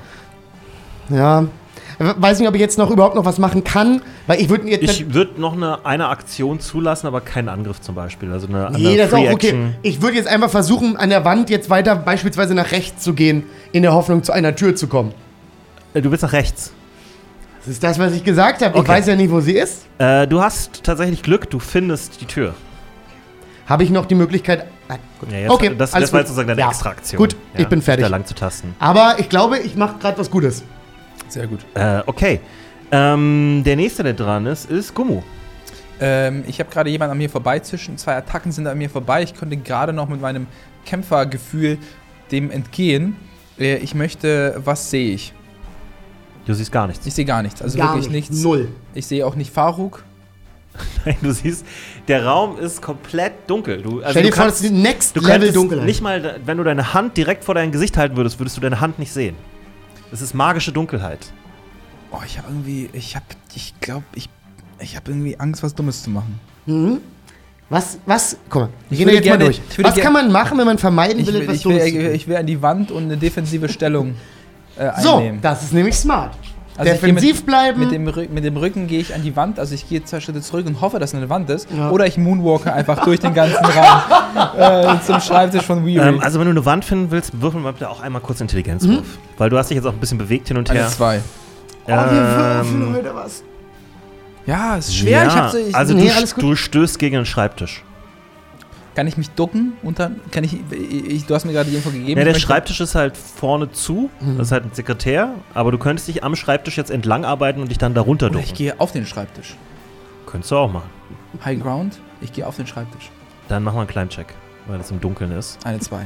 Ja. Weiß nicht, ob ich jetzt überhaupt noch was machen kann, weil ich würde jetzt... Ich würde noch eine Aktion zulassen, aber keinen Angriff zum Beispiel. Also eine Nee, das ist auch okay. Free-Action. Ich würde jetzt einfach versuchen, an der Wand jetzt weiter beispielsweise nach rechts zu gehen, in der Hoffnung, zu einer Tür zu kommen. Du willst nach rechts. Das ist das, was ich gesagt habe. Ich Okay. weiß ja nicht, wo sie ist. Du hast tatsächlich Glück, du findest die Tür. Habe ich noch die Möglichkeit... Nein, gut. Ja, jetzt, Okay, das alles war gut. sozusagen deine Ja. Extra-Aktion. Gut, ich bin fertig. Da lang zu tasten. Aber ich glaube, ich mache gerade was Gutes. Sehr gut. Okay. Der nächste, der dran ist Gummo. Ich habe gerade jemanden an mir vorbeizischen. 2 Attacken sind an mir vorbei. Ich konnte gerade noch mit meinem Kämpfergefühl dem entgehen. Ich möchte, was sehe ich? Du siehst gar nichts. Ich sehe gar nichts. Also Gar wirklich nicht. nichts. Null. Ich sehe auch nicht Faruk. Nein, du siehst, der Raum ist komplett dunkel. Stell dir vor, das ist die Next Level Dunkelheit. nicht mal, wenn du deine Hand direkt vor dein Gesicht halten würdest, würdest du deine Hand nicht sehen. Es ist magische Dunkelheit. Oh, ich habe irgendwie, ich glaube, ich habe irgendwie Angst, was Dummes zu machen. Was, guck mal, wir Ich gehen würde jetzt gerne- mal durch. ich würde Was kann man machen, wenn man vermeiden will, etwas Dummes zu tun? Ich will an die Wand und eine defensive Stellung So, einnehmen. das ist nämlich smart. Also ich gehe Defensiv bleiben. Mit dem Rücken gehe ich an die Wand, also ich gehe 2 Schritte zurück und hoffe, dass eine Wand ist. Ja. Oder ich moonwalke einfach durch den ganzen Raum zum Schreibtisch von Weary. Also wenn du eine Wand finden willst, würfeln wir bitte auch einmal kurz Intelligenzwurf. Weil du hast dich jetzt auch ein bisschen bewegt hin und her. Eine 2. Oh, wir würfeln heute was. Ja, ist schwer. Ja, also nee, alles gut. du stößt gegen den Schreibtisch. kann ich mich ducken? Du hast mir gerade die Info gegeben. Ja, der Ich möchte- Schreibtisch ist halt vorne zu, das ist halt ein Sekretär, aber du könntest dich am Schreibtisch jetzt entlang arbeiten und dich dann darunter Oder ich ducken. gehe auf den Schreibtisch. Könntest du auch machen. High Ground, ich gehe auf den Schreibtisch. Dann mach mal einen kleinen Check, weil das im Dunkeln ist. Eine 2.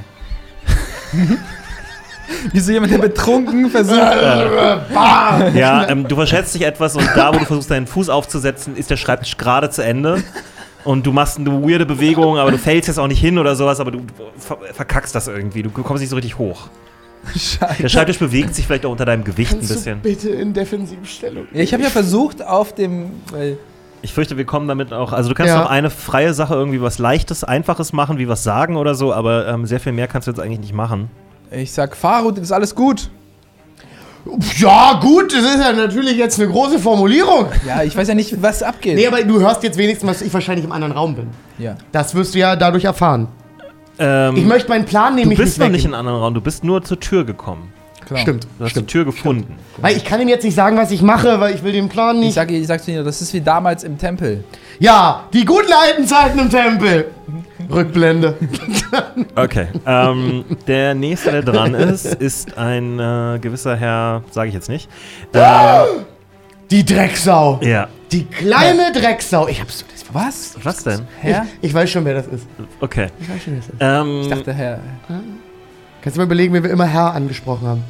Wie so jemand, der betrunken versucht. Ja, du verschätzt dich etwas und da, wo du versuchst, deinen Fuß aufzusetzen, ist der Schreibtisch gerade zu Ende. Und du machst eine weirde Bewegung, aber du fällst jetzt auch nicht hin oder sowas, aber du verkackst das irgendwie. Du kommst nicht so richtig hoch. Scheiße. Der Schreibtisch bewegt sich vielleicht auch unter deinem Gewicht ein Kannst du bisschen. bitte in Defensivstellung? Ja, ich habe ja versucht auf dem. Weil Ich fürchte, wir kommen damit auch. Also, du kannst Ja. noch eine freie Sache, irgendwie was Leichtes, Einfaches machen, wie was sagen oder so, aber sehr viel mehr kannst du jetzt eigentlich nicht machen. ich sag, Faruk, ist alles gut. Ja, gut, das ist ja natürlich jetzt eine große Formulierung. Ja, ich weiß ja nicht, was abgeht. Nee, aber du hörst jetzt wenigstens, dass ich wahrscheinlich im anderen Raum bin. Ja. Das wirst du ja dadurch erfahren. Ich möchte meinen Plan du nämlich bist noch nicht in weggeben. einen anderen Raum, du bist nur zur Tür gekommen. Klar. Stimmt, Du hast stimmt. die Tür gefunden. Weil ich kann ihm jetzt nicht sagen, was ich mache, weil ich will den Plan Ich nicht... sag zu dir, das ist wie damals im Tempel. Ja, die guten alten Zeiten im Tempel. Rückblende. Okay. Der nächste, der dran ist ein gewisser Herr, sage ich jetzt nicht. Die Drecksau. Ja. Die kleine Drecksau. Ich hab's so... Was? Was denn? Herr? Ich weiß schon, wer das ist. Okay. Ich weiß schon, wer das ist. Ich dachte, Herr. Kannst du mal überlegen, wie wir immer Herr angesprochen haben?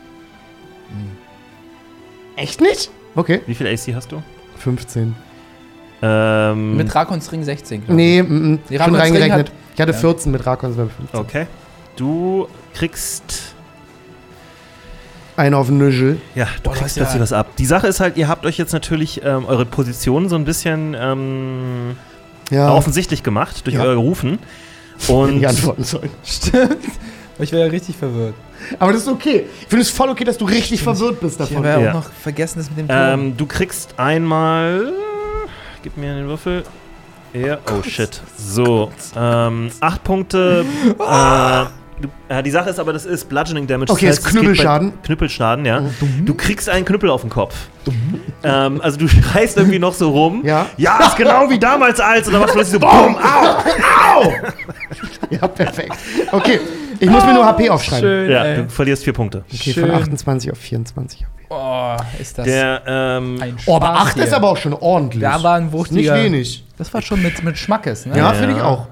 Echt nicht? Okay. Wie viel AC hast du? 15. Mit Drakons Ring 16, glaub ich. Nee, Die schon Rakons Ring reingerechnet. hat- Ich hatte Ja. 14 mit Rakons, war 15. Okay. Du kriegst. Einen auf den Nüschel. Ja, du Boah, kriegst das ist plötzlich ja- was ab. Die Sache ist halt, ihr habt euch jetzt natürlich eure Position so ein bisschen Ja, offensichtlich gemacht durch Ja. euer Rufen. hätte Und ich antworten sollen. Stimmt. Ich wäre ja richtig verwirrt. Aber das ist okay. Ich finde es voll okay, dass du richtig verwirrt bist Ich davon. habe ja Ja. auch noch vergessen, das mit dem Turm. du kriegst einmal. Gib mir den Würfel. Ja, oh shit. So, 8 Punkte. Die Sache ist aber, das ist Bludgeoning Damage. Okay, ist es geht bei- Knüppelschaden. Knüppelschaden, ja. Du kriegst einen Knüppel auf den Kopf. Also du schreist irgendwie noch so rum. Ja. Ja, ist genau wie damals als. Und dann machst du plötzlich so BOOM! Au! Ja, perfekt. Okay, ich muss mir nur HP aufschreiben. Schön, Ja, ey. du verlierst 4 Punkte. Okay, Schön. von 28 auf 24 HP. Oh, ist das Der, ein Oh, aber Spaß 8 ist hier. aber auch schon ordentlich. Da war ein Nicht wuchtiger. wenig. Das war schon mit Schmackes, ne? Ja, Ja. finde ich auch.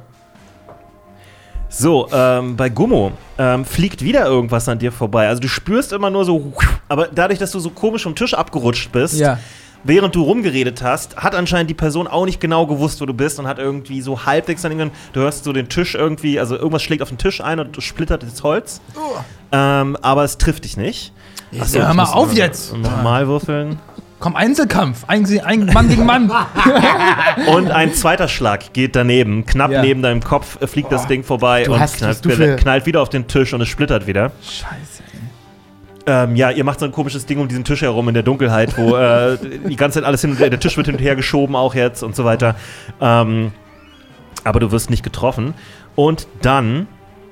So, bei Gummo fliegt wieder irgendwas an dir vorbei. Also du spürst immer nur so, aber dadurch, dass du so komisch vom Tisch abgerutscht bist Ja. während du rumgeredet hast, hat anscheinend die Person auch nicht genau gewusst, wo du bist und hat irgendwie so halbwegs an irgendwann, du hörst so den Tisch irgendwie, also irgendwas schlägt auf den Tisch ein und splittert das Holz. Aber es trifft dich nicht. Achso, hör mal auf jetzt! Nochmal würfeln. Komm, Einzelkampf. Ein Mann gegen Mann. Und ein zweiter Schlag geht daneben. Knapp neben deinem Kopf fliegt das Ding vorbei und knallt wieder auf den Tisch und es splittert wieder. Scheiße, ja, ihr macht so ein komisches Ding um diesen Tisch herum in der Dunkelheit, wo die ganze Zeit alles der Tisch wird hin und her geschoben auch jetzt und so weiter. Aber du wirst nicht getroffen. Und dann...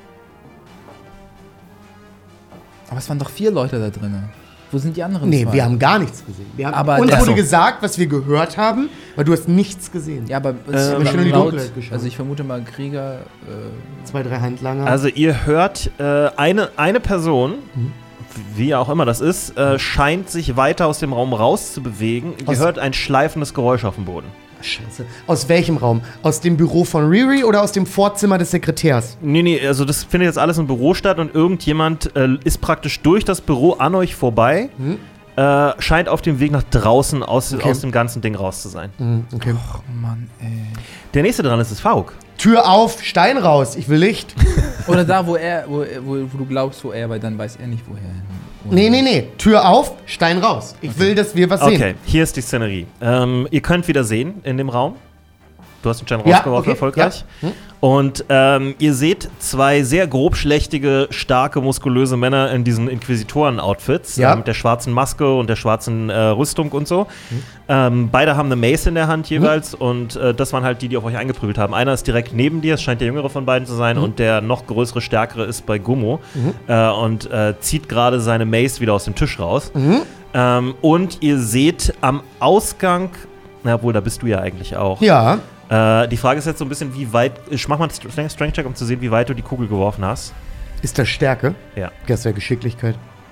Aber es waren doch 4 Leute da drinnen. Wo sind die anderen Nee, zwei? wir haben gar nichts gesehen. Aber uns das- wurde gesagt, was wir gehört haben, weil du hast nichts gesehen. Ja, aber haben schon in die Dunkelheit geschaut. also ich vermute mal Krieger. 2, 3 Handlanger. Also ihr hört, eine Person, wie auch immer das ist, scheint sich weiter aus dem Raum rauszubewegen. Ihr hört ein schleifendes Geräusch auf dem Boden. Scheiße. Aus welchem Raum? Aus dem Büro von Riri oder aus dem Vorzimmer des Sekretärs? Nee, also das findet jetzt alles im Büro statt und irgendjemand ist praktisch durch das Büro an euch vorbei, scheint auf dem Weg nach draußen aus dem ganzen Ding raus zu sein. Okay. Ach Mann, ey. Der nächste dran ist Faruk. Tür auf, Stein raus, ich will Licht. Oder da, wo du glaubst, wo er, weil dann weiß er nicht, woher. Nee. Tür auf, Stein raus. Ich will, dass wir was sehen. Okay, hier ist die Szenerie. Ihr könnt wieder sehen in dem Raum. Du hast den Stein Ja, rausgeworfen, okay, erfolgreich. ja. Und ihr seht 2 sehr grobschlächtige, starke, muskulöse Männer in diesen Inquisitoren-Outfits. Ja. Mit der schwarzen Maske und der schwarzen Rüstung und so. Beide haben eine Mace in der Hand jeweils. Und das waren halt die auf euch eingeprügelt haben. Einer ist direkt neben dir, es scheint der jüngere von beiden zu sein. Und der noch größere, stärkere ist bei Gummo. Und zieht gerade seine Mace wieder aus dem Tisch raus. Und ihr seht am Ausgang, na obwohl, da bist du ja eigentlich auch. Ja. Die Frage ist jetzt so ein bisschen, wie weit. Ich mach mal einen Strength-Check, um zu sehen, wie weit du die Kugel geworfen hast. Ist das Stärke? Ja. Das wäre Geschicklichkeit.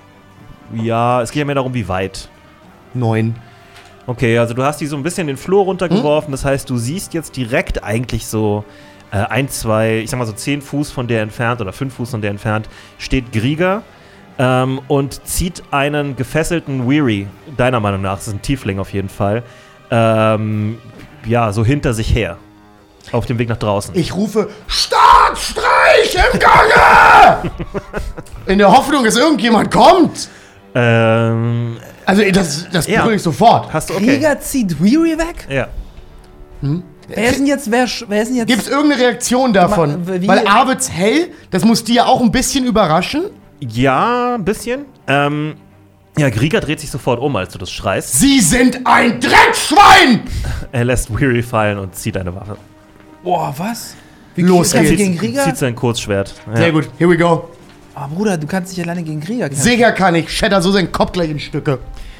Ja, es geht ja mehr darum, wie weit. 9. Okay, also du hast die so ein bisschen den Flur runtergeworfen. Das heißt, du siehst jetzt direkt eigentlich so 1, 2, ich sag mal so 10 Fuß von der entfernt oder 5 Fuß von der entfernt, steht Grieger und zieht einen gefesselten Weary, deiner Meinung nach, das ist ein Tiefling auf jeden Fall, ja, so hinter sich her. Auf dem Weg nach draußen. Ich rufe Staatsstreich im Gange! In der Hoffnung, dass irgendjemand kommt. Also das Ja. brülle ich sofort. Hast du okay? Krieger zieht Weary weg? Ja. Wer ist denn jetzt? Gibt es irgendeine Reaktion davon? Wie- Weil A wird's hell, das muss die ja auch ein bisschen überraschen. Ja, ein bisschen. Ja, Grieger dreht sich sofort um, als du das schreist. Sie sind ein Dreckschwein! Er lässt Weary fallen und zieht eine Waffe. Boah, was? Los kämpfst du geht's. gegen Krieger? Zieht sein Kurzschwert. Ja. Sehr gut, here we go. Oh, Bruder, du kannst nicht alleine gegen Krieger kämpfen. Sicher kann ich. Shatter so seinen Kopf gleich in Stücke.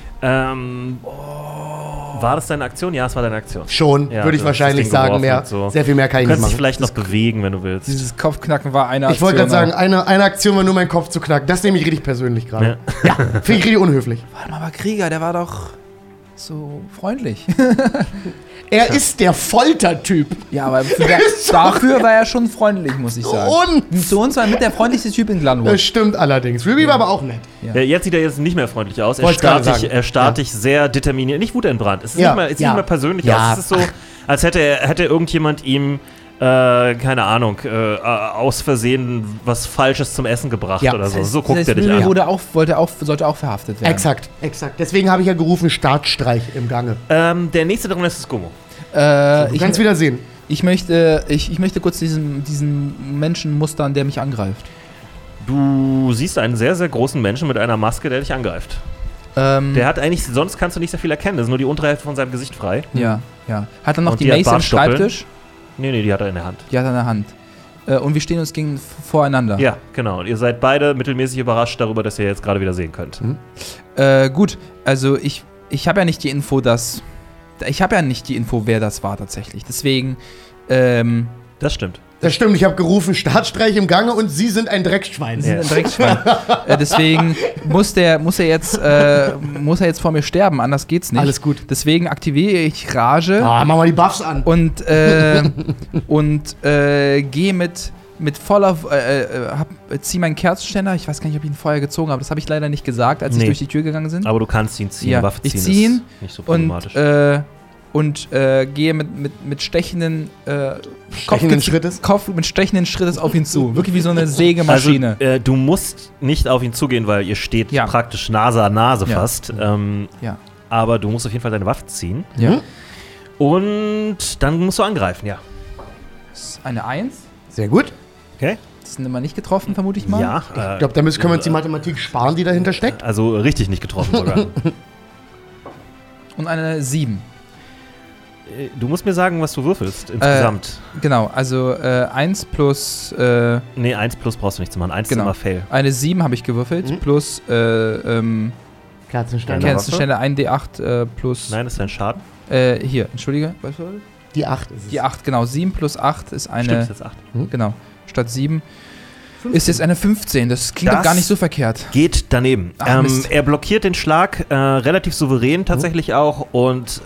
War das deine Aktion? Ja, es war deine Aktion. Schon, Ja, würde ich du hast das wahrscheinlich Ding sagen. geworfen Mehr. und so. Sehr viel mehr kann ich Du nicht kannst dich machen. vielleicht noch bewegen, wenn du willst. Dieses Kopfknacken war eine Ich wollte gerade Aktion. sagen, eine Aktion war nur meinen Kopf zu knacken. Das nehme ich richtig persönlich gerade. Ja, finde ich richtig unhöflich. Warte mal, aber Krieger, der war doch so freundlich. Er ist der Foltertyp. Ja, aber dafür war er schon freundlich, muss ich sagen. Und Zu uns war er mit der freundlichste Typ in Glenwood. das stimmt allerdings. Ruby war aber auch nett. Ja. Jetzt sieht er jetzt nicht mehr freundlich aus. Er Wollte starrt gerade dich, sagen. er starrt dich sehr determiniert. Nicht wutentbrannt. Es ist Ja, nicht ja. mehr persönlich Ja. aus. Es ist so, als hätte irgendjemand ihm, keine Ahnung, aus Versehen was Falsches zum Essen gebracht Ja. oder so. Das So guckt heißt, er dich Weary an. sollte auch verhaftet werden. Exakt. Deswegen habe ich ja gerufen, Staatsstreich im Gange. Der nächste drin ist Gummo. Du kannst wieder sehen. Ich möchte kurz diesen Menschen mustern, der mich angreift. Du siehst einen sehr, sehr großen Menschen mit einer Maske, der dich angreift. Der hat eigentlich, sonst kannst du nicht sehr viel erkennen. Das ist nur die untere Hälfte von seinem Gesicht frei. Ja. Hat er noch Und die die hat Mace am Bartstoppeln. Schreibtisch? Nee, die hat er in der Hand. Die hat er in der Hand. Und wir stehen uns voreinander. Ja, genau. Und ihr seid beide mittelmäßig überrascht darüber, dass ihr jetzt gerade wieder sehen könnt. Gut, also ich habe ja nicht die Info, wer das war tatsächlich. Deswegen, Das stimmt. Das stimmt, ich habe gerufen, Staatsstreich im Gange und Sie sind ein Dreckschwein. Sie sind ein Dreckschwein. Deswegen muss er jetzt vor mir sterben, anders geht's nicht. Alles gut. Deswegen aktiviere ich Rage Ah, mach mal die Buffs an. und gehe mit mit voller, zieh meinen Kerzenständer. Ich weiß gar nicht, ob ich ihn vorher gezogen habe. Das habe ich leider nicht gesagt, als ich durch die Tür gegangen bin. Aber du kannst ihn ziehen, Ja, Waffe ziehen ich ziehe ihn ist nicht so problematisch. und gehe mit stechenden Schrittes? mit stechenden Schrittes auf ihn zu. Wirklich wie so eine Sägemaschine. Also, du musst nicht auf ihn zugehen, weil ihr steht praktisch Nase an Nase fast. Ja. Aber du musst auf jeden Fall deine Waffe ziehen. Ja. Und dann musst du angreifen, ja. Das ist eine 1. Sehr gut. Okay. Das sind immer nicht getroffen, vermute ich mal. Ja. Ich glaube, damit können wir uns die Mathematik sparen, die dahinter steckt. Also richtig nicht getroffen sogar. Und eine 7. Du musst mir sagen, was du würfelst insgesamt. Genau, also 1 plus. Nee, 1 plus brauchst du nicht zu machen. 1 Genau. ist immer Fail. Eine 7 habe ich gewürfelt, plus Kerzenständer. Kerzenständer 1d8 plus. Nein, das ist dein Schaden. Hier, entschuldige. Was war das? Die 8 ist es. Die 8, genau. 7 plus 8 ist eine. Stimmt, ist jetzt 8. Genau. Statt 7 ist jetzt eine 15. Das klingt Das doch gar nicht so verkehrt. Geht daneben. Ach, Mist. Er blockiert den Schlag relativ souverän tatsächlich auch und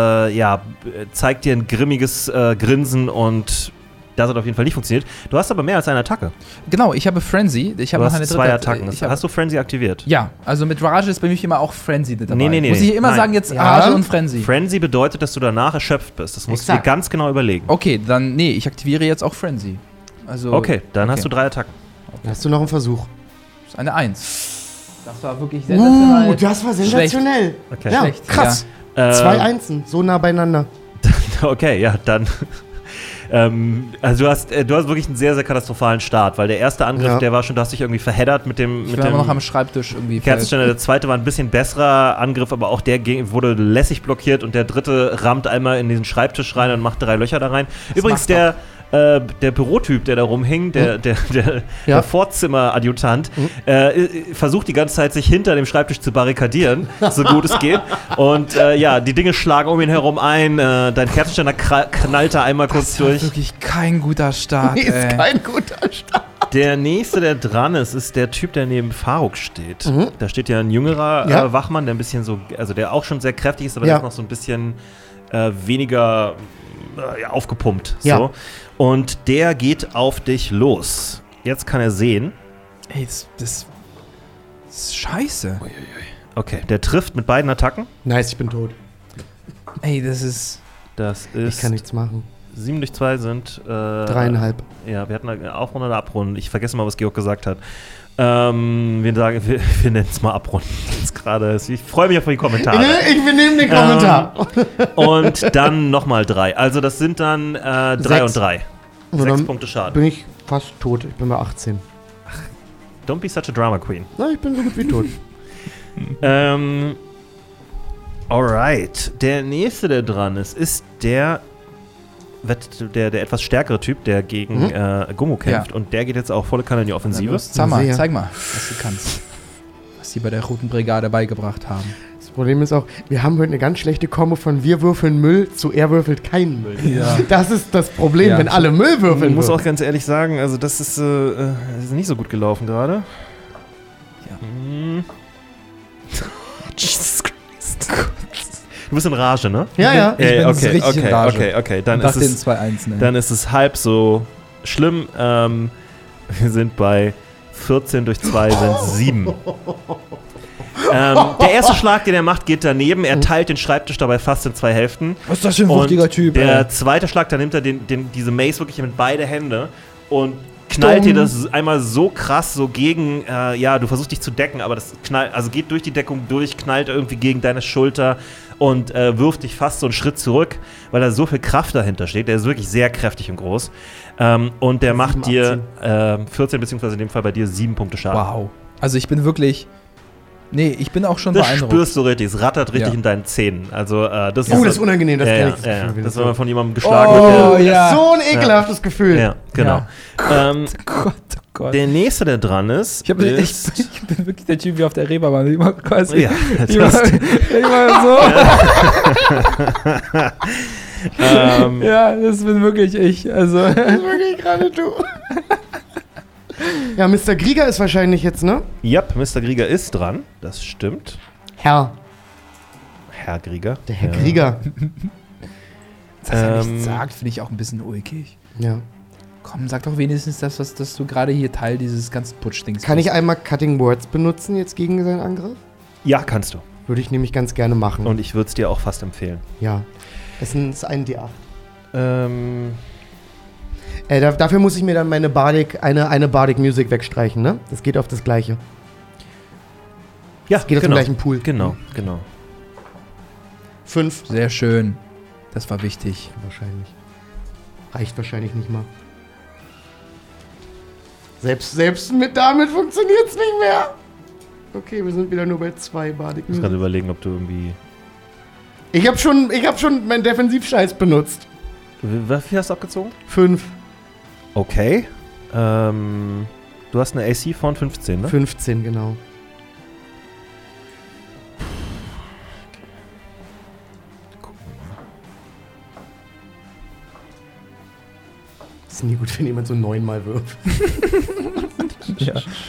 zeigt dir ein grimmiges Grinsen und das hat auf jeden Fall nicht funktioniert. Du hast aber mehr als eine Attacke. Genau, ich habe Frenzy. Ich Du habe noch hast eine 2 dritte. Attacken. Hast du Frenzy aktiviert? Ja, also mit Rage ist bei mir immer auch Frenzy dabei. Nee. Muss ich immer Nein. sagen jetzt Ja. Rage und Frenzy? Frenzy bedeutet, dass du danach erschöpft bist. Das musst du dir Exakt. ganz genau überlegen. Okay, dann, ich aktiviere jetzt auch Frenzy. Also, Okay, dann hast du 3 Attacken. Hast du noch einen Versuch? Das ist eine 1. Das war wirklich sensationell. Das war sensationell. Okay. Ja, Schlecht, krass. ja. 2 Einsen, so nah beieinander. Okay, ja, dann. Also du hast wirklich einen sehr, sehr katastrophalen Start, weil der erste Angriff, der war schon, du hast dich irgendwie verheddert mit dem. Ich war immer noch am Schreibtisch irgendwie. Kerzenständer. Der zweite war ein bisschen besserer Angriff, aber auch der wurde lässig blockiert und der dritte rammt einmal in diesen Schreibtisch rein und macht 3 Löcher da rein. Übrigens, der Bürotyp, der da rumhing, der Vorzimmeradjutant, versucht die ganze Zeit, sich hinter dem Schreibtisch zu barrikadieren, so gut es geht. Und die Dinge schlagen um ihn herum ein. Dein Kerzenständer knallt da einmal kurz durch. Wirklich kein guter Start. Ist kein guter Start. Der nächste, der dran ist der Typ, der neben Faruk steht. Da steht ja ein jüngerer Wachmann, der ein bisschen so, also der auch schon sehr kräftig ist, aber der ist noch so ein bisschen weniger aufgepumpt. Ja. So. Und der geht auf dich los. Jetzt kann er sehen. Ey, das ist scheiße. Okay, der trifft mit beiden Attacken. Nice, ich bin tot. Ey, das ist. Ich kann nichts machen. 7 durch 2 sind 3,5. Ja, wir hatten eine Aufrunde oder Abrunden. Ich vergesse mal, was Georg gesagt hat. Wir nennen es mal Abrunden jetzt gerade. Ich freue mich auf die Kommentare. Ich nehme den Kommentar. Und dann nochmal 3. Also das sind dann 3 und 3. 6 Punkte Schaden. Bin ich fast tot. Ich bin bei 18. Don't be such a drama queen. Na, ich bin so gut wie tot. Alright. Der nächste, der dran ist der etwas stärkere Typ, der gegen Gummo kämpft. Und der geht jetzt auch volle Kanne in die Offensive. Zeig mal, was du kannst. Was sie bei der Roten Brigade beigebracht haben. Das Problem ist auch, wir haben heute eine ganz schlechte Kombo von wir würfeln Müll zu er würfelt keinen Müll. Ja. Das ist das Problem, wenn alle Müll würfeln. Ich muss auch ganz ehrlich sagen, also das ist nicht so gut gelaufen gerade. Ja. Jesus Christ. Du bist in Rage, ne? Ja. Ich bin richtig in Rage. Okay. Dann nach ist den es 2 Einsen. Dann ist es halb so schlimm. Wir sind bei 14 durch 2 sind 7. Der erste Schlag, den er macht, geht daneben. Er teilt den Schreibtisch dabei fast in 2 Hälften. Was ist das für ein wuchtiger Typ, Der zweite Schlag, da nimmt er diese Mace wirklich mit beide Hände und knallt dir das einmal so krass so gegen, du versuchst dich zu decken, aber das geht durch die Deckung durch, knallt irgendwie gegen deine Schulter und wirft dich fast so einen Schritt zurück, weil da so viel Kraft dahinter steht. Der ist wirklich sehr kräftig und groß. Und der macht dir 14, beziehungsweise in dem Fall bei dir 7 Punkte Schaden. Wow. Also ich bin wirklich. Nee, ich bin auch schon das beeindruckt. Spürst du richtig, es rattert richtig in deinen Zähnen. Also, das das ist unangenehm, das kenn ich. Das, wenn man von jemandem geschlagen wird. Ja. Das ist so ein ekelhaftes Gefühl. Ja, genau. Ja. Gott. Der nächste, der dran ist. Ich bin wirklich der Typ wie auf der Reeperbahn. Ich mach quasi. Ja, ich mach so. Ja, das bin wirklich ich. Also. Das ist wirklich gerade du. Ja, Mr. Grieger ist wahrscheinlich jetzt, ne? Yep, Mr. Grieger ist dran. Das stimmt. Herr Grieger. Der Herr Grieger. Dass er nichts sagt, finde ich auch ein bisschen ulkig. Ja. Komm, sag doch wenigstens das, dass du gerade hier Teil dieses ganzen Putsch-Dings Kann bist. ich einmal Cutting Words benutzen jetzt gegen seinen Angriff? Ja, kannst du. Würde ich nämlich ganz gerne machen. Und ich würde es dir auch fast empfehlen. Ja. Es ist ein D8. Dafür muss ich mir dann meine Bardic, eine Bardic Music wegstreichen, ne? Das geht auf das Gleiche. Ja, Das geht auf den gleichen Pool. Genau. 5. Sehr schön. Das war wichtig. Wahrscheinlich. Reicht wahrscheinlich nicht mal. Selbst damit funktioniert es nicht mehr. Okay, wir sind wieder nur bei 2 Bardic Ich muss Music. gerade überlegen, ob du irgendwie. Ich hab schon meinen Defensivscheiß benutzt. Wie viel hast du abgezogen? 5. Okay. Du hast eine AC von 15, ne? 15, genau. Ist nie gut, wenn jemand so 9 mal wirft. Ja.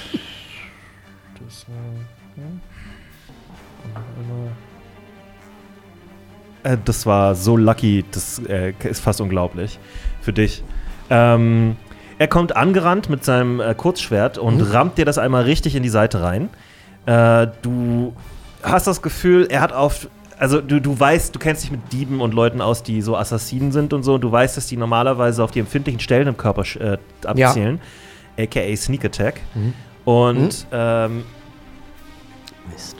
Das war so lucky, das ist fast unglaublich für dich. Er kommt angerannt mit seinem Kurzschwert und rammt dir das einmal richtig in die Seite rein. Du hast das Gefühl, er hat also du weißt, du kennst dich mit Dieben und Leuten aus, die so Assassinen sind und so, und du weißt, dass die normalerweise auf die empfindlichen Stellen im Körper abzielen, aka Sneak Attack. Und Mist.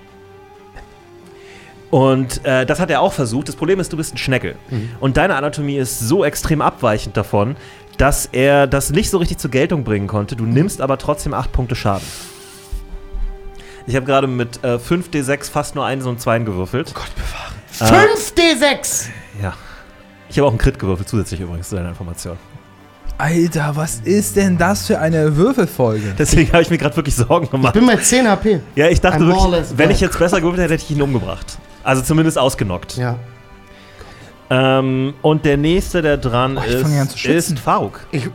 Und das hat er auch versucht. Das Problem ist, du bist ein Schneckel. Und deine Anatomie ist so extrem abweichend davon, dass er das nicht so richtig zur Geltung bringen konnte. Du nimmst aber trotzdem 8 Punkte Schaden. Ich habe gerade mit 5d6 fast nur 1 und 2 gewürfelt. Gott bewahre. 5d6! Ja. Ich habe auch einen Crit gewürfelt, zusätzlich übrigens zu deiner Information. Alter, was ist denn das für eine Würfelfolge? Deswegen habe ich mir gerade wirklich Sorgen Ich gemacht. bin bei 10 HP. Ja, ich dachte I'm more or wirklich, less wenn ich dead. jetzt besser gewürfelt hätte, hätte ich ihn umgebracht. Also zumindest ausgenockt. Ja. Und der nächste, der dran ich fange an zu schwitzen. ist Faruk. Ich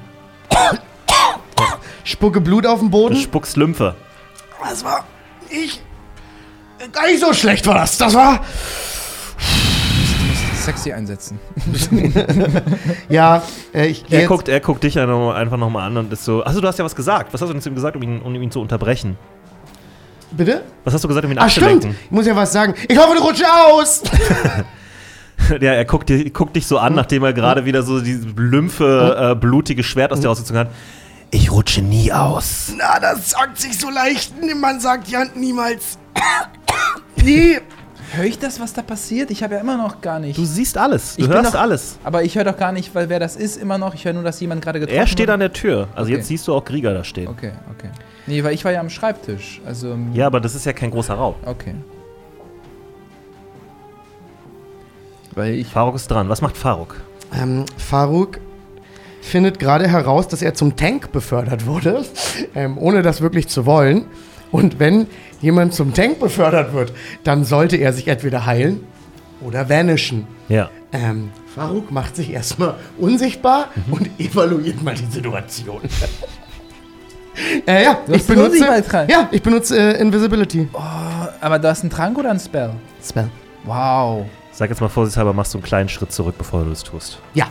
spucke Blut auf den Boden. Du spuckst Lymphe. Das war gar nicht so schlecht war das. Das war... Du musst sexy einsetzen. Ja, ich gehe jetzt... Er guckt dich einfach nochmal an und ist so, achso, du hast ja was gesagt. Was hast du denn zu ihm gesagt, um ihn zu unterbrechen? Bitte? Was hast du gesagt, um ihn Ach stimmt, abzulenken? ich muss ja was sagen. Ich hoffe, du rutschst aus! Ja, er guckt dich so an, nachdem er gerade wieder so dieses Lymphe, blutige Schwert aus dir rausgezogen hat. Ich rutsche nie aus. Na, das sagt sich so leicht. Man sagt ja niemals... Nie! Höre ich das, was da passiert? Ich habe ja immer noch gar nicht. Du siehst alles, du Ich bin hörst doch- alles. Aber ich höre doch gar nicht, wer das ist immer noch. Ich höre nur, dass jemand gerade getroffen Er steht wurde. an der Tür. Also Okay. jetzt siehst du auch Krieger da stehen. Okay. Nee, weil ich war ja am Schreibtisch. Also. Ja, aber das ist ja kein großer Raum. Okay. Weil ich. Faruk ist dran. Was macht Faruk? Faruk findet gerade heraus, dass er zum Tank befördert wurde, ohne das wirklich zu wollen. Und wenn jemand zum Tank befördert wird, dann sollte er sich entweder heilen oder vanishen. Ja. Faruk macht sich erstmal unsichtbar und evaluiert mal die Situation. hast die Unsichtbarkeit. Ich benutze Invisibility. Aber da ist ein Trank oder ein Spell? Spell. Wow. Sag jetzt mal vorsichtshalber, machst du einen kleinen Schritt zurück, bevor du das tust. Ja.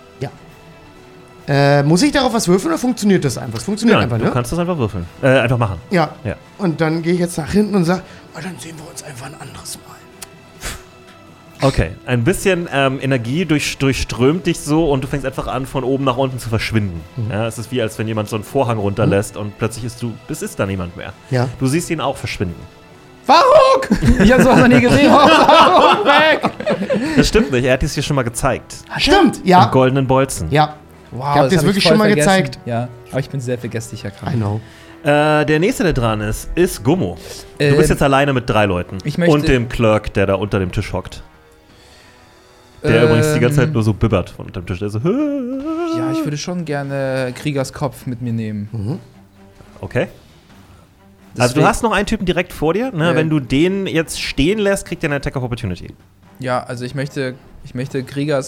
Muss ich darauf was würfeln oder funktioniert das einfach? Es funktioniert einfach, du ne? kannst das einfach würfeln. Einfach machen. Ja. Ja. Und dann gehe ich jetzt nach hinten und sage, dann sehen wir uns einfach ein anderes Mal. Okay, ein bisschen Energie durchströmt dich so und du fängst einfach an, von oben nach unten zu verschwinden. Ja, es ist wie, als wenn jemand so einen Vorhang runterlässt und plötzlich ist da niemand mehr. Ja. Du siehst ihn auch verschwinden. Faruk! Ich habe sowas noch nie gesehen. Faruk, weg! Das stimmt nicht, er hat es dir schon mal gezeigt. Stimmt, ja. Im goldenen Bolzen. Ja, Wow, Ich hab dir's wirklich voll schon mal vergessen. gezeigt. Ja, aber ich bin sehr vergesslicher I Krank. know. Der nächste, der dran ist Gummo. Du bist jetzt alleine mit 3 Leuten. ich möchte- und dem Clerk, der da unter dem Tisch hockt. Der übrigens die ganze Zeit nur so bibbert von unter dem Tisch. Der so, Ja, ich würde schon gerne Kriegers Kopf mit mir nehmen. okay. Also du Deswegen- hast noch einen Typen direkt vor dir. Ne? Wenn du den jetzt stehen lässt, kriegt er eine Attack of Opportunity. Ja, also ich möchte Kriegers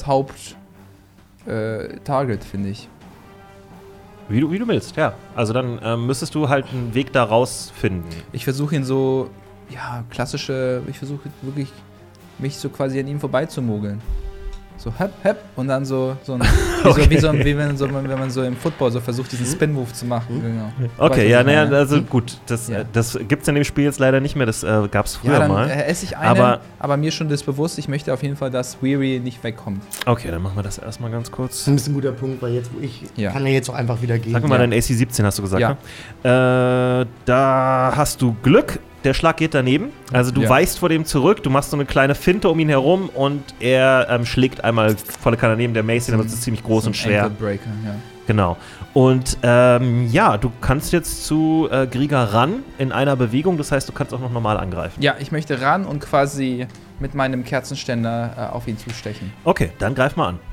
Target, finde ich. Wie du willst, ja. Also dann müsstest du halt einen Weg da rausfinden. Ich versuche ihn so, ja, ich versuche wirklich, mich so quasi an ihm vorbeizumogeln. So, hep, und dann so ein, wenn man so im Football so versucht, diesen Spin-Move zu machen. Genau. Okay, ja, naja, also gut, das gibt's in dem Spiel jetzt leider nicht mehr, das gab's früher dann mal. Esse ich eine, aber mir schon das bewusst, ich möchte auf jeden Fall, dass Weary nicht wegkommt. Okay, dann machen wir das erstmal ganz kurz. Das ist ein bisschen ein guter Punkt, weil jetzt, wo ich kann ja jetzt auch einfach wieder gehen. Sag mir mal dein AC 17, hast du gesagt, Ja. ne? Da hast du Glück. Der Schlag geht daneben, also du weichst vor dem zurück, du machst so eine kleine Finte um ihn herum und er schlägt einmal volle Kanne neben der Mace, aber es ist ziemlich groß und schwer. Ankle-Breaker, ja. Genau. Und du kannst jetzt zu Grieger ran in einer Bewegung, das heißt, du kannst auch noch normal angreifen. Ja, ich möchte ran und quasi mit meinem Kerzenständer auf ihn zustechen. Okay, dann greif mal an.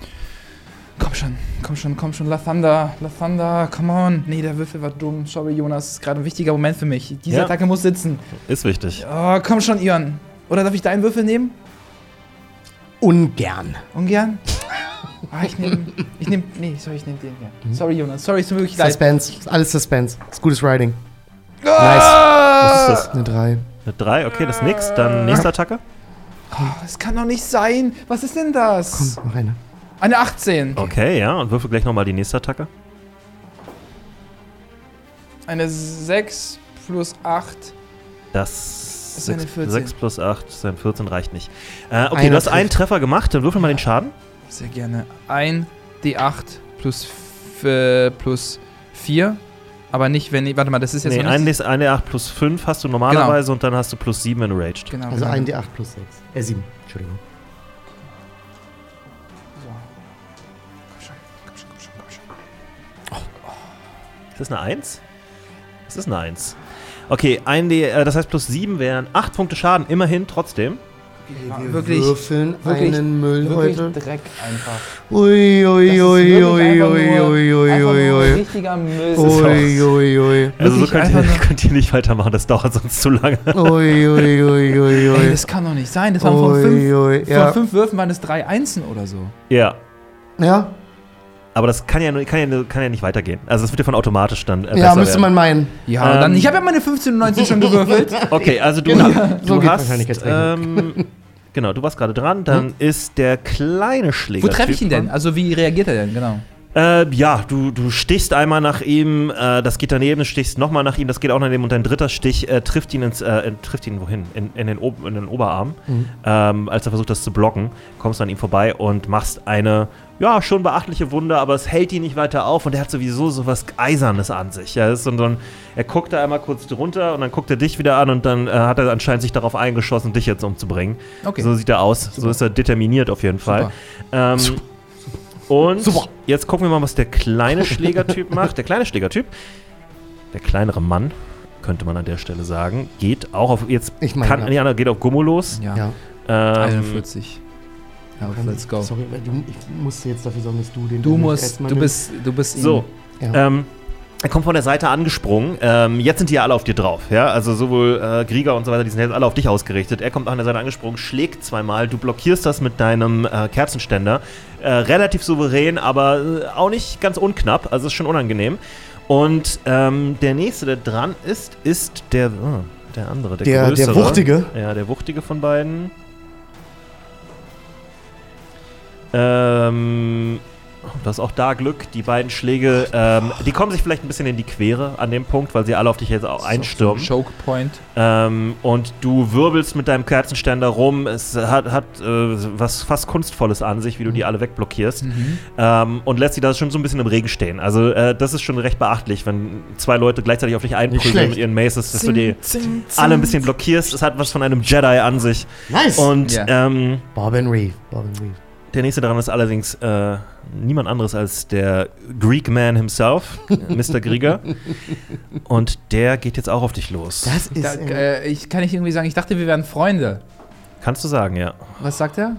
Komm schon, La Thunder, come on. Nee, der Würfel war dumm. Sorry, Jonas, das ist gerade ein wichtiger Moment für mich. Diese Attacke muss sitzen. Ist wichtig. Oh, komm schon, Ion. Oder darf ich deinen Würfel nehmen? Ungern. Ungern? Ich nehme den hier. Sorry, Jonas, sorry, es tut mir wirklich leid. Suspense, alles Suspense. Ist gutes Writing. Nice. Was ist das? Eine 3. Eine 3, okay, das ist nix. Dann nächste Attacke. Das kann doch nicht sein. Was ist denn das? Komm, noch eine. Eine 18. Okay, ja, und würfel gleich nochmal die nächste Attacke. Eine 6 plus 8. Das ist eine 14. 6 plus 8 ist ein 14, reicht nicht. Okay, du hast einen Treffer gemacht, dann würfel mal den Schaden. Sehr gerne. Ein D8 plus 4. Aber nicht, wenn ich. Warte mal, das ist jetzt. Nee, eine 8 plus 5 hast du normalerweise und dann hast du plus 7 in Raged. Genau. Also ein D8 plus 6. 7. Entschuldigung. Ist das eine 1? Das ist eine 1. Okay, das heißt plus 7 wären 8 Punkte Schaden, immerhin trotzdem. Wir wirklich, würfeln einen Müll wirklich heute. Dreck einfach. Ui. Richtiger Müll. Ui. Also so Wirklich könnt ihr nicht weitermachen, das dauert sonst zu lange. Ey, das kann doch nicht sein. Das waren von 5 Würfen waren es 3 Einsen oder so. Ja. Ja? Aber das kann ja nicht weitergehen. Also es wird ja von automatisch dann besser Ja, müsste werden. man meinen. Ja, und dann, ich habe ja meine 15 und 19 schon gewürfelt. Okay, also du So geht hast Wahrscheinlichkeitsrechnung. genau, du warst gerade dran. Dann ist der kleine Schläger. Wo treffe ich ihn denn? Also wie reagiert er denn? Genau. Du stichst einmal nach ihm, das geht daneben, du stichst nochmal nach ihm, das geht auch daneben und dein dritter Stich trifft ihn wohin? In den Oberarm. Als er versucht, das zu blocken, kommst du an ihm vorbei und machst eine, schon beachtliche Wunde, aber es hält ihn nicht weiter auf und er hat sowieso so was Eisernes an sich. Ja, er guckt da einmal kurz drunter und dann guckt er dich wieder an und dann hat er anscheinend sich darauf eingeschossen, dich jetzt umzubringen. Okay. So sieht er aus, Super. So ist er determiniert auf jeden Fall. Und jetzt gucken wir mal, was der kleine Schlägertyp macht. Der kleine Schlägertyp, der kleinere Mann, könnte man an der Stelle sagen, geht auch auf geht auf Gummo los. Ja. 41. Ja, let's go. Sorry, ich musste jetzt dafür sorgen, dass du den... Du bist ihn. So, er kommt von der Seite angesprungen. Jetzt sind die ja alle auf dir drauf. Ja? Also sowohl Grieger und so weiter, die sind jetzt alle auf dich ausgerichtet. Er kommt an der Seite angesprungen, schlägt zweimal. Du blockierst das mit deinem Kerzenständer. Relativ souverän, aber auch nicht ganz unknapp. Also ist schon unangenehm. Und der nächste, der dran ist der andere, der größere. Der Wuchtige. Ja, der Wuchtige von beiden. Du hast auch da Glück, die beiden Schläge, die kommen sich vielleicht ein bisschen in die Quere an dem Punkt, weil sie alle auf dich jetzt auch einstürmen. So Choke Point. Und du wirbelst mit deinem Kerzenständer rum. Es hat was fast Kunstvolles an sich, wie du die alle wegblockierst. Und lässt sie da schon so ein bisschen im Regen stehen. Also das ist schon recht beachtlich, wenn zwei Leute gleichzeitig auf dich einprügeln mit ihren Maces, dass du die alle ein bisschen blockierst. Es hat was von einem Jedi an sich. Nice! Und Bob and Reeve. Der nächste daran ist allerdings niemand anderes als der Greek Man himself, Mr. Grieger. Und der geht jetzt auch auf dich los. Das ist. Kann ich irgendwie sagen, ich dachte, wir wären Freunde. Kannst du sagen, ja. Was sagt er?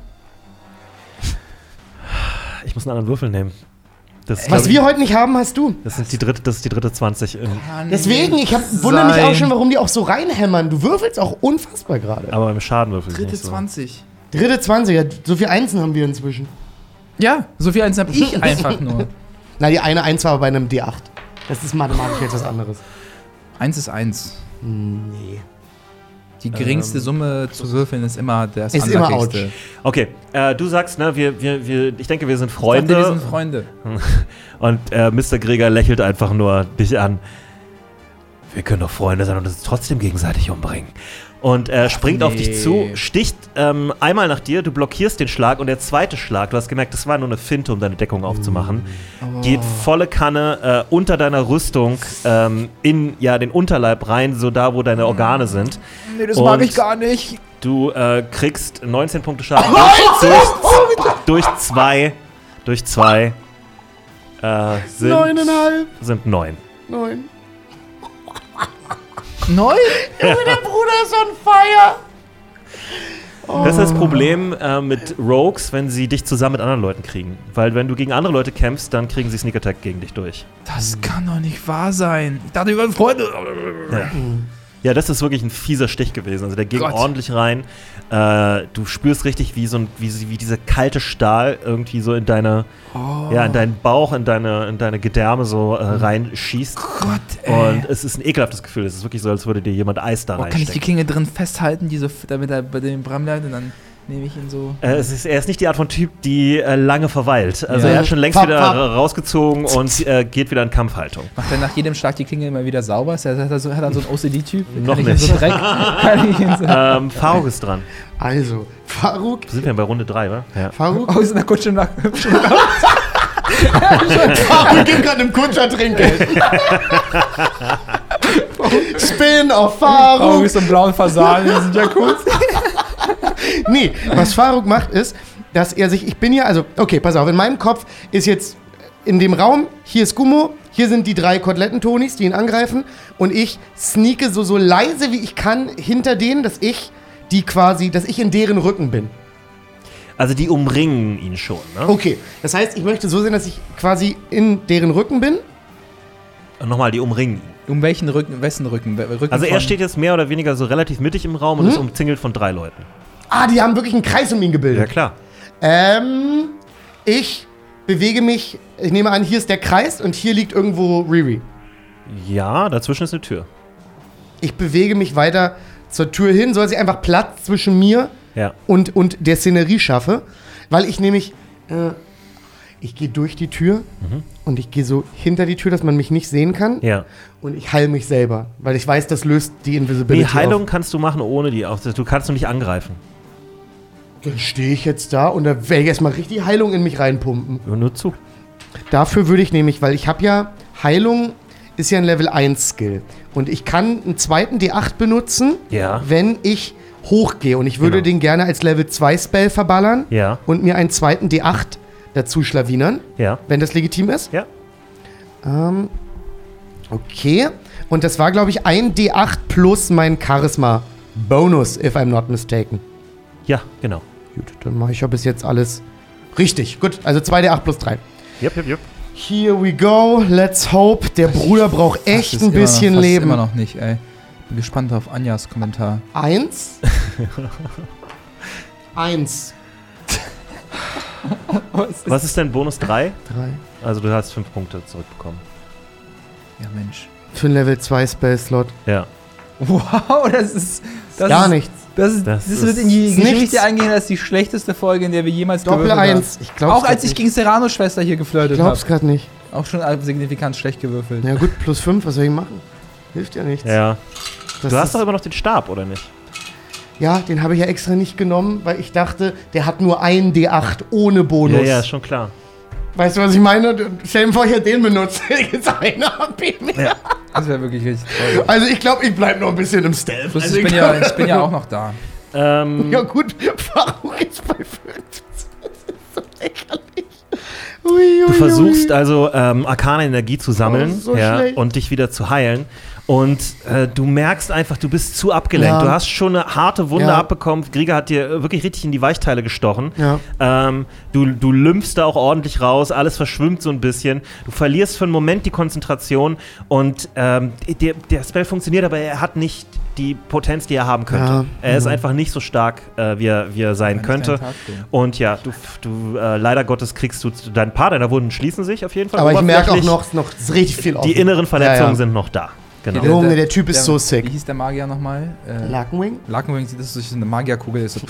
Ich muss einen anderen Würfel nehmen. Was wir heute nicht haben, hast du. Das ist die dritte 20. Deswegen, ich wundere mich auch schon, warum die auch so reinhämmern. Du würfelst auch unfassbar gerade. Aber im Schadenwürfel Dritte nicht so. 20. Dritte 20, so viel Einsen haben wir inzwischen. Ja, so viel Einsen habe ich einfach nur. Na, die eine 1 war bei einem D8. Das ist mathematisch jetzt was anderes. 1 ist 1. Nee. Die geringste Summe zu würfeln ist immer das Ist immer Unluckigste. Okay, du sagst, ne, ich denke, wir sind Ich Freunde. dachte, wir sind Freunde. Und Mr. Gregor lächelt einfach nur dich an. Wir können doch Freunde sein und uns trotzdem gegenseitig umbringen. Und springt auf dich zu, sticht einmal nach dir, du blockierst den Schlag und der zweite Schlag, du hast gemerkt, das war nur eine Finte, um deine Deckung aufzumachen, geht volle Kanne unter deiner Rüstung in den Unterleib rein, so da, wo deine Organe sind. Nee, das mag ich gar nicht. Du kriegst 19 Punkte Schaden durch zwei sind 9. 9. 9? Junge, der Bruder ist on fire. Das ist das Problem mit Rogues, wenn sie dich zusammen mit anderen Leuten kriegen. Weil wenn du gegen andere Leute kämpfst, dann kriegen sie Sneak Attack gegen dich durch. Das kann doch nicht wahr sein. Ich dachte, wir waren Freunde. Ja, das ist wirklich ein fieser Stich gewesen. Also der ging ordentlich rein. Du spürst richtig, wie dieser kalte Stahl irgendwie so in deine, in deinen Bauch, in deine Gedärme so reinschießt. Gott, ey. Und es ist ein ekelhaftes Gefühl. Es ist wirklich so, als würde dir jemand Eis da reinstecken. Kann ich die Klinge drin festhalten, damit er bei dem Bram bleibt und dann nehme ich ihn so. Er ist nicht die Art von Typ, die lange verweilt. Also Ja. er hat schon längst wieder rausgezogen und geht wieder in Kampfhaltung. Macht er nach jedem Schlag die Klinge immer wieder sauber? Hat er so einen OCD-Typ? Noch Kann ich ihn nicht. So Dreck? Kann ich ihn so Faruk ist dran. Also, Faruk. Sind wir bei Runde 3, wa? Ja. Faruk aus einer Kutsche nach gibt gerade einem Kutscher Trinkgeld. Spin auf Faruk. ist im blauen Fasan in diesem Jacuzzi. Nee, was Faruk macht ist, dass er sich, okay, pass auf, in meinem Kopf ist jetzt in dem Raum, hier ist Gummo, hier sind die 3 Koteletten-Tonis, die ihn angreifen und ich sneake so leise wie ich kann hinter denen, dass ich in deren Rücken bin. Also die umringen ihn schon, ne? Okay, das heißt, ich möchte so sehen, dass ich quasi in deren Rücken bin. Und nochmal, die umringen ihn. Um wessen Rücken? Rücken Also er steht jetzt mehr oder weniger so relativ mittig im Raum und ist umzingelt von 3 Leuten. Ah, die haben wirklich einen Kreis um ihn Ja, gebildet. klar. Ich bewege mich, ich nehme an, hier ist der Kreis und hier liegt irgendwo Riri. Ja, dazwischen ist eine Tür. Ich bewege mich weiter zur Tür hin, soll sie einfach Platz zwischen mir und der Szenerie schaffe, weil ich nämlich, ich gehe durch die Tür und ich gehe so hinter die Tür, dass man mich nicht sehen kann. Ja. Und ich heile mich selber, weil ich weiß, das löst die Invisibility Die Heilung auf. kannst du machen ohne die. Du kannst du nicht angreifen. Dann stehe ich jetzt da und da werde ich erstmal richtig Heilung in mich reinpumpen. Nur zu. Dafür würde ich nämlich, weil ich habe ja, Heilung ist ja ein Level 1 Skill. Und ich kann einen zweiten D8 benutzen, wenn ich hochgehe. Und ich würde den gerne als Level 2 Spell verballern und mir einen zweiten D8 dazu schlawinern, wenn das legitim ist. Ja. Okay. Und das war, glaube ich, ein D8 plus mein Charisma-Bonus, if I'm not mistaken. Ja, genau. Gut, dann mache ich ja bis jetzt alles richtig. Gut, also 2 D8 plus 3. Yep. Here we go, let's hope. Der Bruder braucht echt ein bisschen Leben. Immer noch nicht, ey. Bin gespannt auf Anjas Kommentar. 1. 1. Was ist denn Bonus 3? 3. Also du hast 5 Punkte zurückbekommen. Ja, Mensch. Für ein Level 2 Spell-Slot. Ja. Wow, das ist gar nichts. Das wird in die Geschichte eingehen als die schlechteste Folge, in der wir jemals gewürfelt haben. Doppel 1. Ich glaub's auch als ich gegen Serranos Schwester hier geflirtet habe. Ich glaub's gerade nicht. Auch schon signifikant schlecht gewürfelt. Ja gut, plus 5, was soll ich machen? Hilft ja nichts. Ja. Du hast doch immer noch den Stab, oder nicht? Ja, den habe ich ja extra nicht genommen, weil ich dachte, der hat nur einen D8 ohne Bonus. Ja, ist schon klar. Weißt du, was ich meine? Stell dir vor, ich hätte den benutzt. Jetzt einer HP mehr. Ja, das wäre wirklich richtig toll. Also ich glaube, ich bleibe noch ein bisschen im Stealth. Also ich bin ja auch noch da. Ja gut, Faruk ist bei 5. Das ist so lächerlich. Du versuchst also arkane Energie zu sammeln und dich wieder zu heilen. Und du merkst einfach, du bist zu abgelenkt. Ja. Du hast schon eine harte Wunde abbekommen. Gregor hat dir wirklich richtig in die Weichteile gestochen. Ja. Du lymphst da auch ordentlich raus. Alles verschwimmt so ein bisschen. Du verlierst für einen Moment die Konzentration. Und der Spell funktioniert, aber er hat nicht die Potenz, die er haben könnte. Ja. Er ist einfach nicht so stark, wie er sein könnte. Und ja, du leider Gottes kriegst du ein paar deiner Wunden schließen sich auf jeden Fall. Aber ich merke auch noch ist richtig viel offen. Die inneren Verletzungen sind noch da. Genau. Junge, der Typ ist so sick. Wie hieß der Magier nochmal? Larkenwing? Larkenwing sieht das durch eine Magierkugel. Ist so,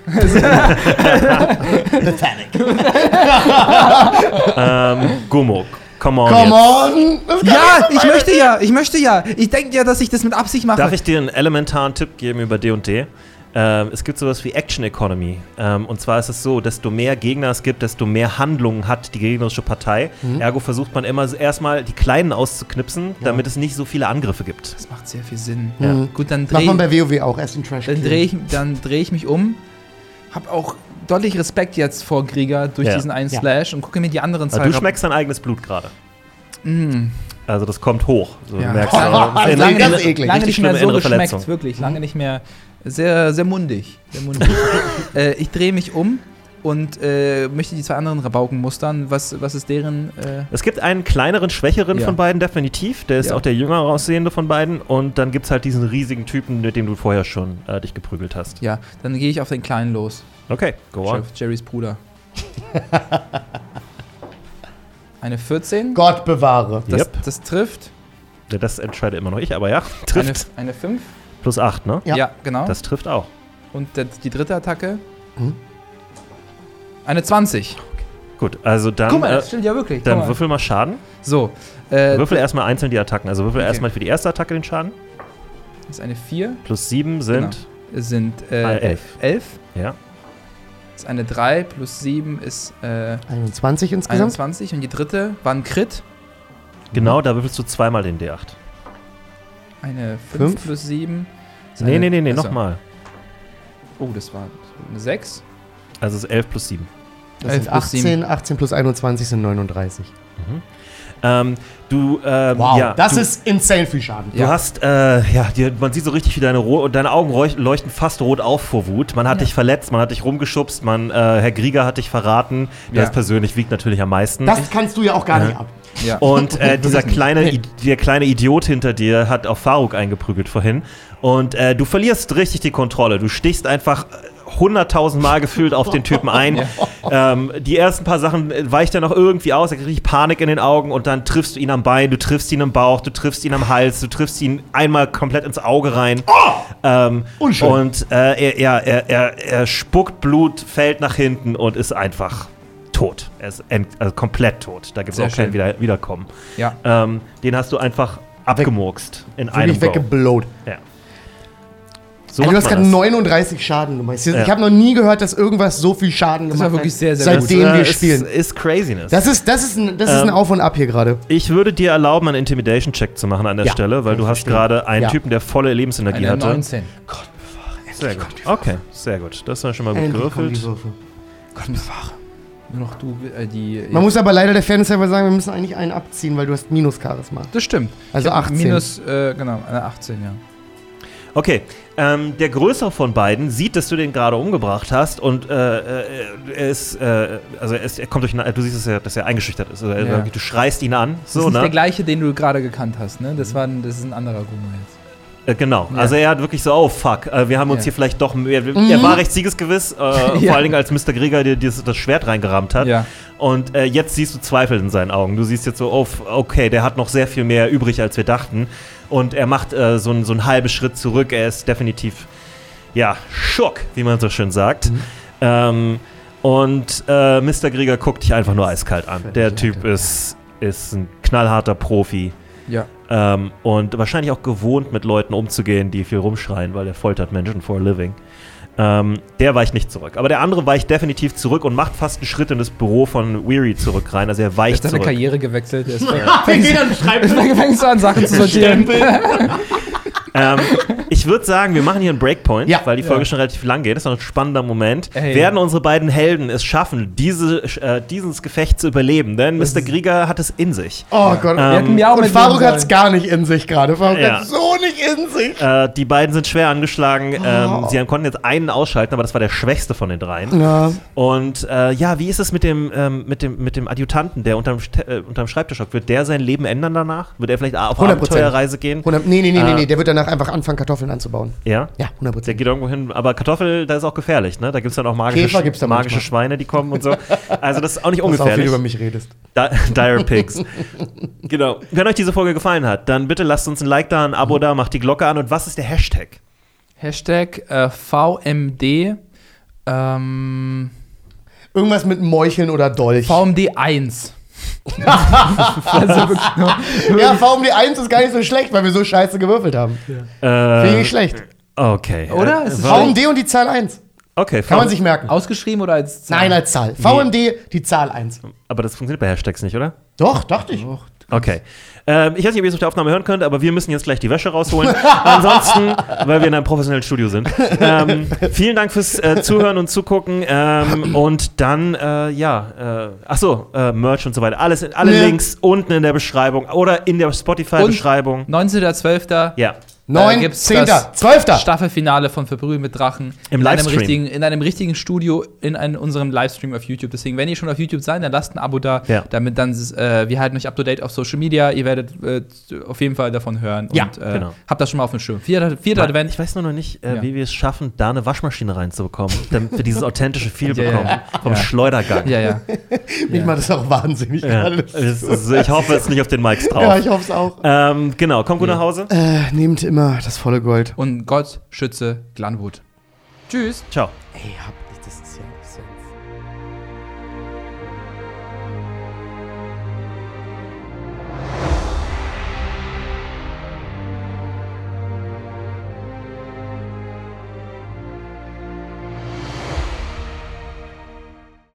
Gummo, come on. Come jetzt. on! ja, ich möchte ja. Ich denke ja, dass ich das mit Absicht mache. Darf ich dir einen elementaren Tipp geben über D&D? Es gibt sowas wie Action Economy. Und zwar ist es so, desto mehr Gegner es gibt, desto mehr Handlungen hat die gegnerische Partei. Ergo versucht man immer erstmal die Kleinen auszuknipsen, damit es nicht so viele Angriffe gibt. Das macht sehr viel Sinn. Ja. Gut, dann Macht man bei WoW auch erst in Trash. dann dreh ich mich um, hab auch deutlich Respekt jetzt vor Krieger durch diesen einen Slash und gucke mir die anderen Aber Zeit du schmeckst dein eigenes Blut gerade. Mm. Also das kommt hoch. So, Ja. du merkst, Das ist lange, ganz eklig. lange nicht mehr so innere geschmeckt, Verletzung. wirklich. Lange nicht mehr. Sehr, sehr mundig. Sehr mundig. Ich drehe mich um und möchte die zwei anderen Rabauken mustern. Was ist deren... Es gibt einen kleineren, schwächeren Ja. von beiden, definitiv. Der ist Ja. auch der jünger aussehende von beiden. Und dann gibt es halt diesen riesigen Typen, mit dem du vorher schon dich geprügelt hast. Ja, dann gehe ich auf den Kleinen los. Okay, go on. Jerrys Bruder. Eine 14. Gott bewahre. Yep. Das trifft. Das entscheide immer noch ich, aber ja, trifft. Eine 5. Plus 8, ne? Ja. Ja, genau. Das trifft auch. Und die dritte Attacke. Eine 20. Gut, also dann, Guck mal, das stimmt ja wirklich. Guck dann mal. würfel mal Schaden. So. Würfel erstmal einzeln die Attacken. Also würfel Okay. erstmal für die erste Attacke den Schaden. Das ist eine 4. Plus 7 sind. Sind 11. 11. Ja. Das ist eine 3 plus 7 ist 21 insgesamt. 21. Und die dritte war ein Crit. Genau, da würfelst du zweimal den D8. Eine 5 5? plus 7. ist Nee, eine- nee, achso. nochmal. Oh, das war eine 6. Also es ist 11 plus 7. Das 11 sind plus 18, 18 plus 21 sind 39. Du, Wow, ja, das du, ist insane viel Schaden. Du hast, man sieht so richtig, wie deine Augen leuchten fast rot auf vor Wut. Man hat dich verletzt, man hat dich rumgeschubst, Herr Grieger hat dich verraten. Ja. Das persönlich wiegt natürlich am meisten. Das kannst du ja auch gar nicht ab. Ja. Und dieser Wirklich der kleine Idiot hinter dir hat auf Faruk eingeprügelt vorhin. Und du verlierst richtig die Kontrolle. Du stichst einfach 100.000 Mal gefühlt auf den Typen ein. Die ersten paar Sachen weicht er noch irgendwie aus. Er kriegt richtig Panik in den Augen. Und dann triffst du ihn am Bein, du triffst ihn im Bauch, du triffst ihn am Hals, du triffst ihn einmal komplett ins Auge rein. Unschön. Und er spuckt Blut, fällt nach hinten und ist einfach tot. Er ist also komplett tot. Da gibt es Sehr auch kein schön. Wiederkommen. Ja. Den hast du einfach abgemurkst in einem Wirklich Go. weggeblowt. Ja. So Also du hast macht gerade man das. 39 Schaden gemacht. Ich Ja. habe noch nie gehört, dass irgendwas so viel Schaden Das gemacht war wirklich hat, sehr, sehr seitdem Das, wir ist, spielen. ist Craziness. Das ist ein Auf und Ab hier gerade. Ich würde dir erlauben, einen Intimidation-Check zu machen an der Ja, Stelle, weil kann du ich hast verstehen. gerade einen Ja. Typen, der volle Lebensenergie Eine hatte. 19. Sehr gut. Okay, sehr gut. Das war schon mal gut Endlich kommen die gewürfelt. Würfel. Gott bewahre. Nur noch du, die. Man muss aber leider der Fairness halber sagen, wir müssen eigentlich einen abziehen, weil du hast Minus-Charisma. Das stimmt. Also Ich hab 18. Minus, genau, eine 18, ja. Okay, der Größere von beiden sieht, dass du den gerade umgebracht hast und er kommt durch, du siehst, dass er eingeschüchtert ist. Also, Ja. Du schreist ihn an. Das So, ist nicht ne? der gleiche, den du gerade gekannt hast, ne? Das ist ein anderer Gummo jetzt. Genau, Ja. also er hat wirklich so, oh fuck, wir haben uns Ja. hier vielleicht doch, er war recht siegesgewiss, vor allen Dingen als Mr. Grieger dir das Schwert reingerammt hat. Ja. Und jetzt siehst du Zweifel in seinen Augen. Du siehst jetzt so, oh, okay, der hat noch sehr viel mehr übrig, als wir dachten. Und er macht so einen halben Schritt zurück. Er ist definitiv, ja, schock, wie man so schön sagt. Mr. Grieger guckt dich einfach nur eiskalt an. Der Typ ist ein knallharter Profi. Ja. Und wahrscheinlich auch gewohnt, mit Leuten umzugehen, die viel rumschreien, weil er foltert Menschen for a living. Der weicht nicht zurück. Aber der andere weicht definitiv zurück und macht fast einen Schritt in das Büro von Weary zurück rein. Also er Er weicht hat seine zurück. Karriere gewechselt. Er ist Schreibt fängst du an, Sachen zu sortieren. Ich würde sagen, wir machen hier einen Breakpoint, Ja. weil die Folge schon relativ lang geht. Das ist noch ein spannender Moment. Hey. Werden unsere beiden Helden es schaffen, dieses Gefecht zu überleben? Denn Mr. Grieger hat es in sich. Oh Gott. Wir hätten ja auch Und mit Faruk nehmen hat es gar nicht in sich gerade. Faruk Ja. hat so nicht in sich. Die beiden sind schwer angeschlagen. Sie konnten jetzt einen ausschalten, aber das war der schwächste von den dreien. Ja. Und wie ist es mit dem Adjutanten, der unterm Schreibtisch hockt? Wird der sein Leben ändern danach? Wird er vielleicht auf 100%. Abenteuerreise gehen? Nee, der wird danach einfach anfangen, Kartoffeln Kartoffeln anzubauen. Ja? Ja, 100%. Der geht irgendwo hin, aber Kartoffel, das ist auch gefährlich, ne? Da gibt es dann auch Käfer gibt's da magische manchmal. Schweine, die kommen und so. Also das ist auch nicht Du ungefährlich. auch viel über mich redest. Dire Pigs. Genau. Wenn euch diese Folge gefallen hat, dann bitte lasst uns ein Like da, ein Abo da, macht die Glocke an. Und was ist der Hashtag? Hashtag VMD. Irgendwas mit Meucheln oder Dolch. VMD 1. Also wirklich nur, Ja, VMD 1 ist gar nicht so schlecht, weil wir so scheiße gewürfelt haben. Finde ich nicht schlecht. Okay. Oder? Ist es VMD und die Zahl 1. Okay, Kann man sich merken. ausgeschrieben oder als Zahl? Nein, als Zahl. VMD, die Zahl 1. Aber das funktioniert bei Hashtags nicht, oder? Doch, dachte ich. Okay. Ich weiß nicht, ob ihr es auf der Aufnahme hören könnt, aber wir müssen jetzt gleich die Wäsche rausholen. Ansonsten, weil wir in einem professionellen Studio sind. Vielen Dank fürs Zuhören und Zugucken. Und dann, Merch und so weiter. Alle Links unten in der Beschreibung oder in der Spotify-Beschreibung. 19.12. Ja. 9, gibt's 10, das 12. Staffelfinale von Verprügeln mit Drachen. Im in Livestream. In einem richtigen Studio, unserem Livestream auf YouTube. Deswegen, wenn ihr schon auf YouTube seid, dann lasst ein Abo da. Ja. Damit dann, wir halten euch up to date auf Social Media. Ihr werdet auf jeden Fall davon hören. Ja, und genau. habt das schon mal auf dem Schirm. Vierter Advent. Ich weiß nur noch nicht, Ja. wie wir es schaffen, da eine Waschmaschine reinzubekommen, damit wir dieses authentische Feel Ja, ja. bekommen. Vom Ja. Schleudergang. Ja. Mich macht das auch wahnsinnig Ja. gerade. Ich hoffe jetzt nicht auf den Mics drauf. Ja, ich hoffe es auch. Genau, kommt gut nach Hause. Nehmt immer das volle Gold. Und Gott schütze Glanwood. Tschüss. Ciao. Ey, das ist ja...